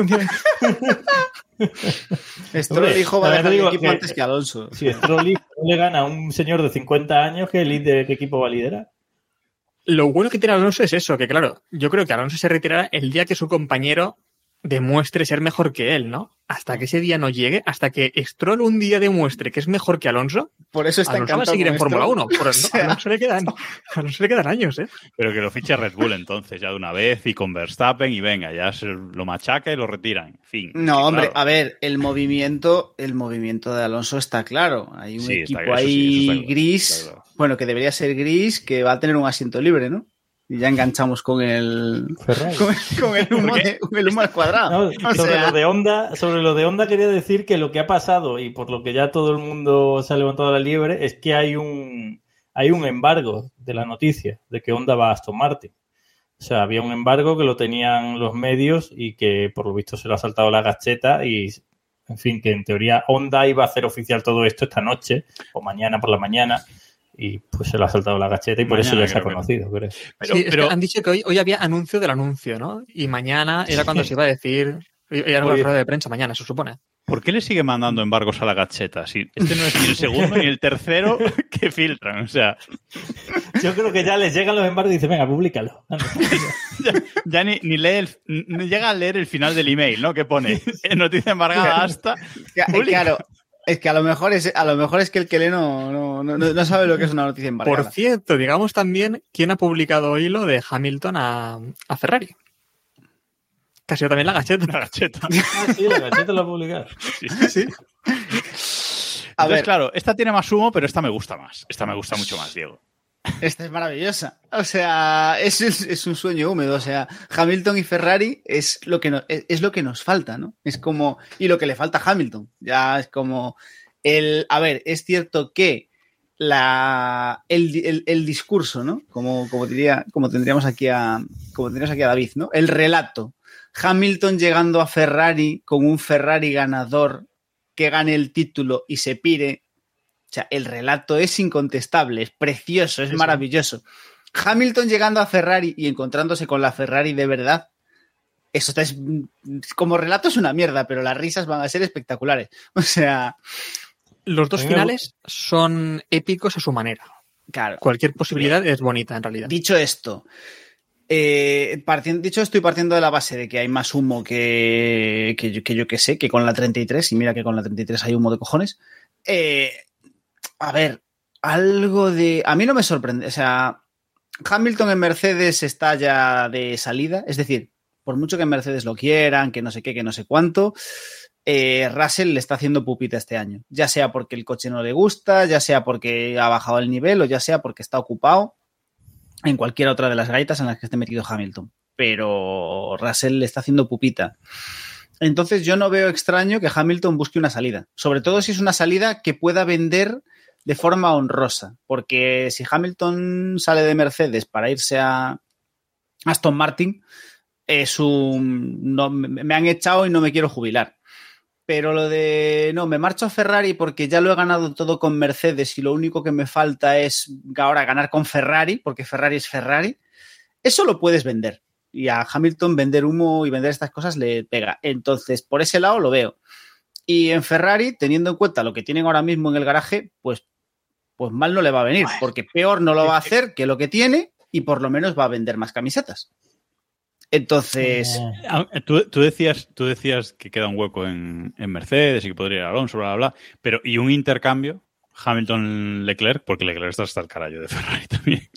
Stroll, hijo, va a dejar el equipo antes que Alonso. Si Stroll, hijo, le gana a un señor de 50 años, ¿qué equipo va a liderar? Lo bueno que tiene Alonso es eso, que claro, yo creo que Alonso se retirará el día que su compañero demuestre ser mejor que él, ¿no? Hasta que ese día no llegue, hasta que Stroll un día demuestre que es mejor que Alonso, por eso está Alonso va a seguir en Fórmula 1. A Alonso le quedan años, ¿eh? Pero que lo fiche Red Bull entonces, ya de una vez, y con Verstappen, y venga, ya se lo machaca y lo retiran. En fin. No, sí, hombre, claro. A ver, el movimiento de Alonso está claro. Hay un equipo está, ahí gris, bueno, que debería ser gris, que va a tener un asiento libre, ¿no? Y ya enganchamos con el humo al cuadrado. No, sobre lo de Honda quería decir que lo que ha pasado, y por lo que ya todo el mundo se ha levantado la liebre, es que hay un embargo de la noticia de que Honda va a Aston Martin. O sea, había un embargo que lo tenían los medios y que por lo visto se lo ha saltado la gacheta y, en fin, que en teoría Honda iba a hacer oficial todo esto esta noche o mañana por la mañana. Y pues se lo ha saltado la gacheta y por eso ya se ha conocido, creo. Pero han dicho que hoy había anuncio del anuncio, ¿no? Y mañana era cuando se iba a decir... Era una rueda de prensa mañana, se supone. ¿Por qué le sigue mandando embargos a la gacheta? Si este no es ni el segundo ni el tercero que filtran, o sea... Yo creo que ya les llegan los embargos y dicen, venga, públicalo. ya ni llega a leer el final del email, ¿no? Que pone noticia embargada hasta... Claro. Es que a lo mejor es que el que lee no sabe lo que es una noticia embargada. Por cierto, digamos también quién ha publicado hilo de Hamilton a Ferrari. Que ha sido también la gacheta. Sí, la gacheta lo ha publicado. Sí. Entonces, claro, esta tiene más humo, pero esta me gusta más. Esta me gusta mucho más, Diego. Esta es maravillosa. O sea, es un sueño húmedo. O sea, Hamilton y Ferrari es lo que nos falta, ¿no? Es como... Y lo que le falta a Hamilton. Ya es como... A ver, es cierto que el discurso, ¿no? Como tendríamos aquí a David, ¿no? El relato. Hamilton llegando a Ferrari con un Ferrari ganador que gane el título y se pire. O sea, el relato es incontestable, es precioso, es maravilloso. Hamilton llegando a Ferrari y encontrándose con la Ferrari de verdad, eso como relato es una mierda, pero las risas van a ser espectaculares. O sea, Los dos finales son épicos a su manera. Claro. Cualquier posibilidad es bonita, en realidad. Dicho esto, estoy partiendo de la base de que hay más humo que yo que sé, que con la 33, y mira que con la 33 hay humo de cojones. A ver, algo de... A mí no me sorprende, o sea, Hamilton en Mercedes está ya de salida, es decir, por mucho que en Mercedes lo quieran, que no sé qué, que no sé cuánto, Russell le está haciendo pupita este año, ya sea porque el coche no le gusta, ya sea porque ha bajado el nivel o ya sea porque está ocupado en cualquiera otra de las gaitas en las que esté metido Hamilton, pero Russell le está haciendo pupita. Entonces yo no veo extraño que Hamilton busque una salida, sobre todo si es una salida que pueda vender de forma honrosa, porque si Hamilton sale de Mercedes para irse a Aston Martin, me han echado y no me quiero jubilar. Pero lo de, no, me marcho a Ferrari porque ya lo he ganado todo con Mercedes y lo único que me falta es ahora ganar con Ferrari, porque Ferrari es Ferrari, eso lo puedes vender. Y a Hamilton vender humo y vender estas cosas le pega. Entonces, por ese lado lo veo. Y en Ferrari, teniendo en cuenta lo que tienen ahora mismo en el garaje, pues mal no le va a venir, porque peor no lo va a hacer que lo que tiene y por lo menos va a vender más camisetas. Entonces... Tú decías que queda un hueco en Mercedes y que podría ir a Alonso, bla, bla, bla, pero ¿y un intercambio Hamilton-Leclerc? Porque Leclerc está hasta el carajo de Ferrari también.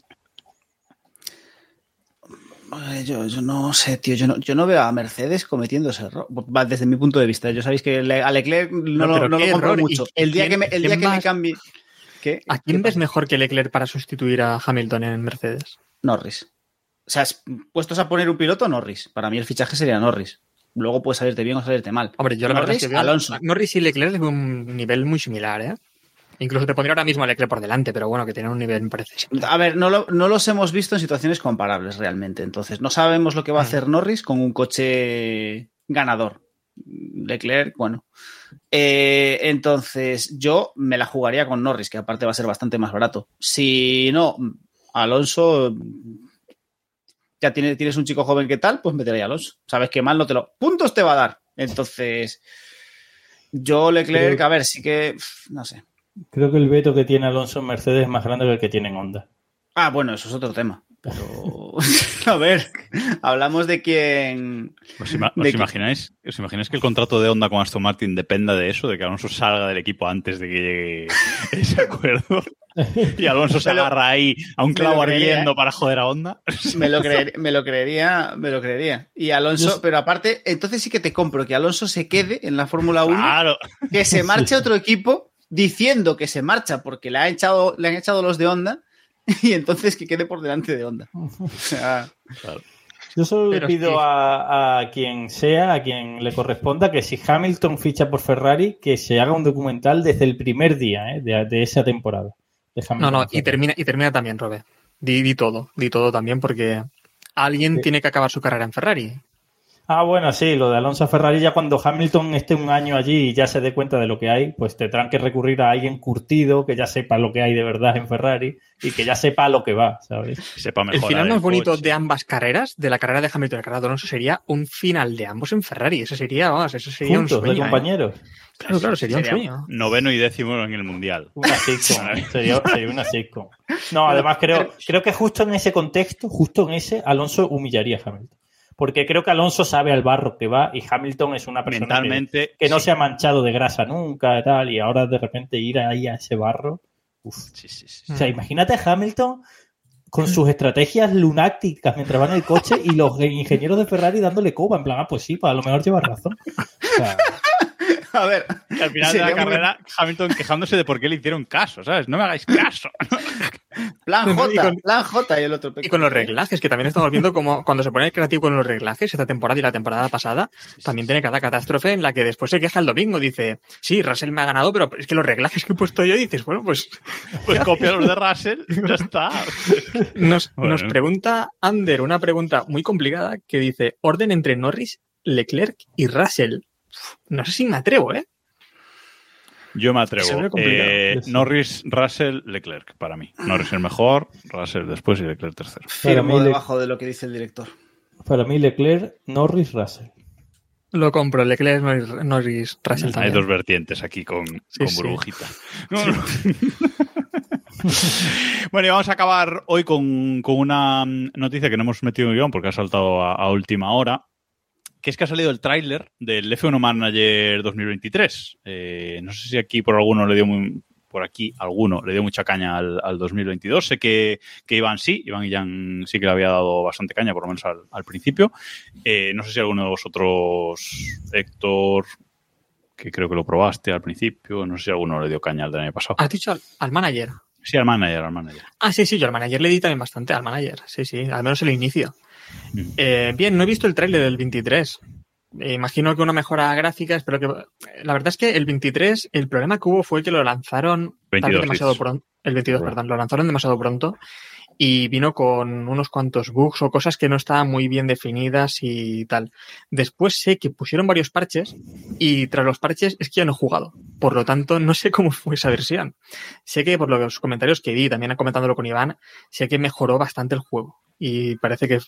Yo no sé, tío. Yo no veo a Mercedes cometiendo ese error. Desde mi punto de vista. Yo sabéis que a Leclerc no lo compro mucho. El día que me cambie... ¿Qué? ¿A quién ves mejor que Leclerc para sustituir a Hamilton en Mercedes? Norris. O sea, puestos a poner un piloto, Norris. Para mí el fichaje sería Norris. Luego puede salirte bien o salirte mal. Hombre, yo la verdad es que Alonso. Norris y Leclerc de un nivel muy similar, ¿eh? Incluso te pondría ahora mismo a Leclerc por delante, pero bueno, que tienen un nivel, me parece similar. A ver, no los hemos visto en situaciones comparables realmente. Entonces, no sabemos lo que va a hacer Norris con un coche ganador. Leclerc, bueno. Entonces, yo me la jugaría con Norris, que aparte va a ser bastante más barato. Si no, Alonso... Ya tienes un chico joven que tal, pues meteré a Alonso. Sabes que mal no te lo... ¡Puntos te va a dar! Entonces, yo Leclerc, a ver, sí que... No sé. Creo que el veto que tiene Alonso en Mercedes es más grande que el que tiene en Honda. Ah, bueno, eso es otro tema. Pero, a ver, hablamos de quién... ¿Os imagináis que el contrato de Honda con Aston Martin dependa de eso? De que Alonso salga del equipo antes de que llegue ese acuerdo. Y Alonso se agarra ahí a un clavo ardiendo para joder a Honda. Me lo creería. Y Alonso, pero aparte, entonces sí que te compro que Alonso se quede en la Fórmula 1, claro, que se marche a otro equipo diciendo que se marcha porque le han echado los de Honda y entonces que quede por delante de Honda. O sea, claro. Yo solo le pido a quien sea, a quien le corresponda, que si Hamilton ficha por Ferrari, que se haga un documental desde el primer día de esa temporada. No, y termina también, Robert. Di todo también, porque alguien tiene que acabar su carrera en Ferrari. Ah, bueno, sí, lo de Alonso a Ferrari, ya cuando Hamilton esté un año allí y ya se dé cuenta de lo que hay, pues tendrán que recurrir a alguien curtido que ya sepa lo que hay de verdad en Ferrari y que ya sepa a lo que va, ¿sabes? Sepa el final más bonito de ambas carreras, de la carrera de Hamilton y la carrera de Alonso, sería un final de ambos en Ferrari. Eso sería juntos, un sueño, de compañeros. Claro, sería un sueño. 9º y 10º en el Mundial. Una sitcom, sería una sitcom. No, además creo que justo en ese contexto, Alonso humillaría a Hamilton. Porque creo que Alonso sabe al barro que va y Hamilton es una persona que no se ha manchado de grasa nunca y tal, y ahora de repente ir ahí a ese barro. Uf. Sí. O sea, imagínate a Hamilton con sus estrategias lunáticas mientras va en el coche y los ingenieros de Ferrari dándole coba, en plan, pues sí, pues a lo mejor lleva razón. O sea, a ver, que al final de la carrera, Hamilton quejándose de por qué le hicieron caso, ¿sabes? No me hagáis caso. Plan J y el otro. Y con los reglajes, que también estamos viendo como cuando se pone el creativo con los reglajes, esta temporada y la temporada pasada, también tiene cada catástrofe en la que después se queja el domingo, dice, sí, Russell me ha ganado, pero es que los reglajes que he puesto yo, dices, bueno, pues copia los de Russell, ya está. Nos pregunta Ander una pregunta muy complicada que dice, orden entre Norris, Leclerc y Russell. No sé si me atrevo, ¿eh? Yo me atrevo. Norris, Russell, Leclerc, para mí. Norris el mejor, Russell después y Leclerc tercero. Firmo debajo de lo que dice el director. Para mí, Leclerc, Norris, Russell. Lo compro, Leclerc, Norris, Russell Hay también. dos vertientes aquí con burbujita. No, no. Bueno, y vamos a acabar hoy con una noticia que no hemos metido en guión porque ha saltado a última hora, que es que ha salido el tráiler del F1 Manager 2023. No sé si aquí alguno le dio mucha caña al 2022. Sé que Iván y Jan sí que le había dado bastante caña, por lo menos al principio. No sé si alguno de vosotros, Héctor, que creo que lo probaste al principio, no sé si alguno le dio caña al del año pasado. ¿Has dicho al manager? Sí, al manager. Ah, sí, yo al manager le di también bastante al manager. Sí, al menos el inicio. Bien, no he visto el tráiler del 23. Imagino que una mejora gráfica, espero que... La verdad es que el 23, el problema que hubo fue que lo lanzaron 22, demasiado pronto. El 22, perdón, lo lanzaron demasiado pronto y vino con unos cuantos bugs o cosas que no estaban muy bien definidas y tal. Después sé que pusieron varios parches y tras los parches es que ya no he jugado. Por lo tanto, no sé cómo fue esa versión. Sé que por los comentarios que vi, también comentándolo con Iván, sé que mejoró bastante el juego y parece que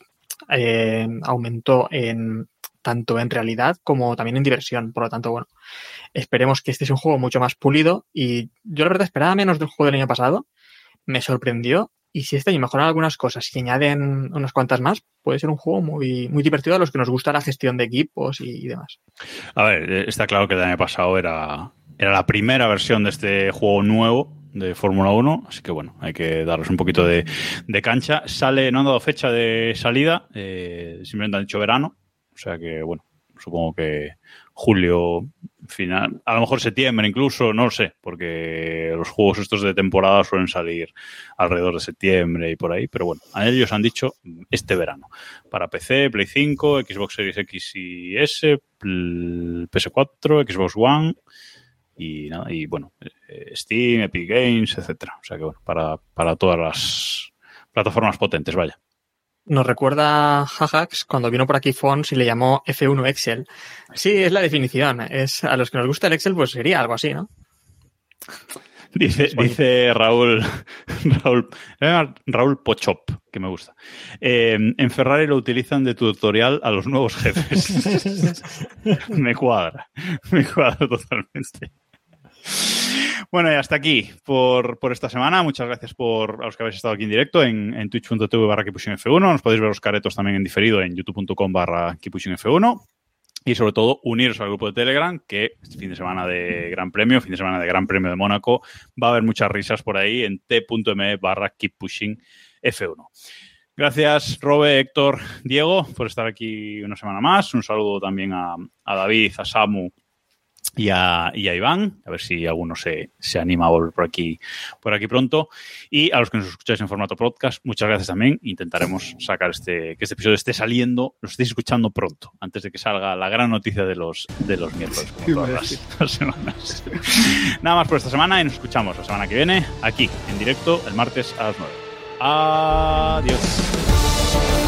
aumentó tanto en realidad como también en diversión. Por lo tanto, bueno, esperemos que este sea un juego mucho más pulido y yo la verdad esperaba menos del juego del año pasado. Me sorprendió y si este año mejoran algunas cosas y añaden unas cuantas más, puede ser un juego muy, muy divertido a los que nos gusta la gestión de equipos y demás. A ver, está claro que el año pasado era la primera versión de este juego nuevo de Fórmula 1, así que bueno, hay que darles un poquito de cancha. No han dado fecha de salida, simplemente han dicho verano, o sea que bueno, supongo que julio, final, a lo mejor septiembre incluso, no lo sé, porque los juegos estos de temporada suelen salir alrededor de septiembre y por ahí, pero bueno, a ellos han dicho este verano, para PC, Play 5, Xbox Series X y S, PS4, Xbox One y nada, y bueno, Steam, Epic Games, etcétera, o sea que bueno, para todas las plataformas potentes, vaya. Nos recuerda Hajax cuando vino por aquí Fons y le llamó F1 Excel. Sí, es la definición. Es a los que nos gusta el Excel, pues sería algo así, ¿no? Dice Raúl Pochop, que me gusta. En Ferrari lo utilizan de tutorial a los nuevos jefes. Me cuadra totalmente. Bueno, y hasta aquí por esta semana. Muchas gracias a los que habéis estado aquí en directo en twitch.tv/KeepPushingF1. Nos podéis ver los caretos también en diferido en youtube.com/KeepPushingF1. Y sobre todo, uniros al grupo de Telegram, que este fin de semana de Gran Premio de Mónaco, va a haber muchas risas por ahí en t.me/KeepPushingF1. Gracias, Robe, Héctor, Diego, por estar aquí una semana más. Un saludo también a David, a Samu y a Iván, a ver si alguno se anima a volver por aquí pronto. Y a los que nos escucháis en formato podcast, muchas gracias también. Intentaremos sacar que este episodio esté saliendo, lo estéis escuchando pronto, antes de que salga la gran noticia de los miércoles, como todas las semanas. Nada más por esta semana y nos escuchamos la semana que viene, aquí, en directo, el martes a las 9. Adiós.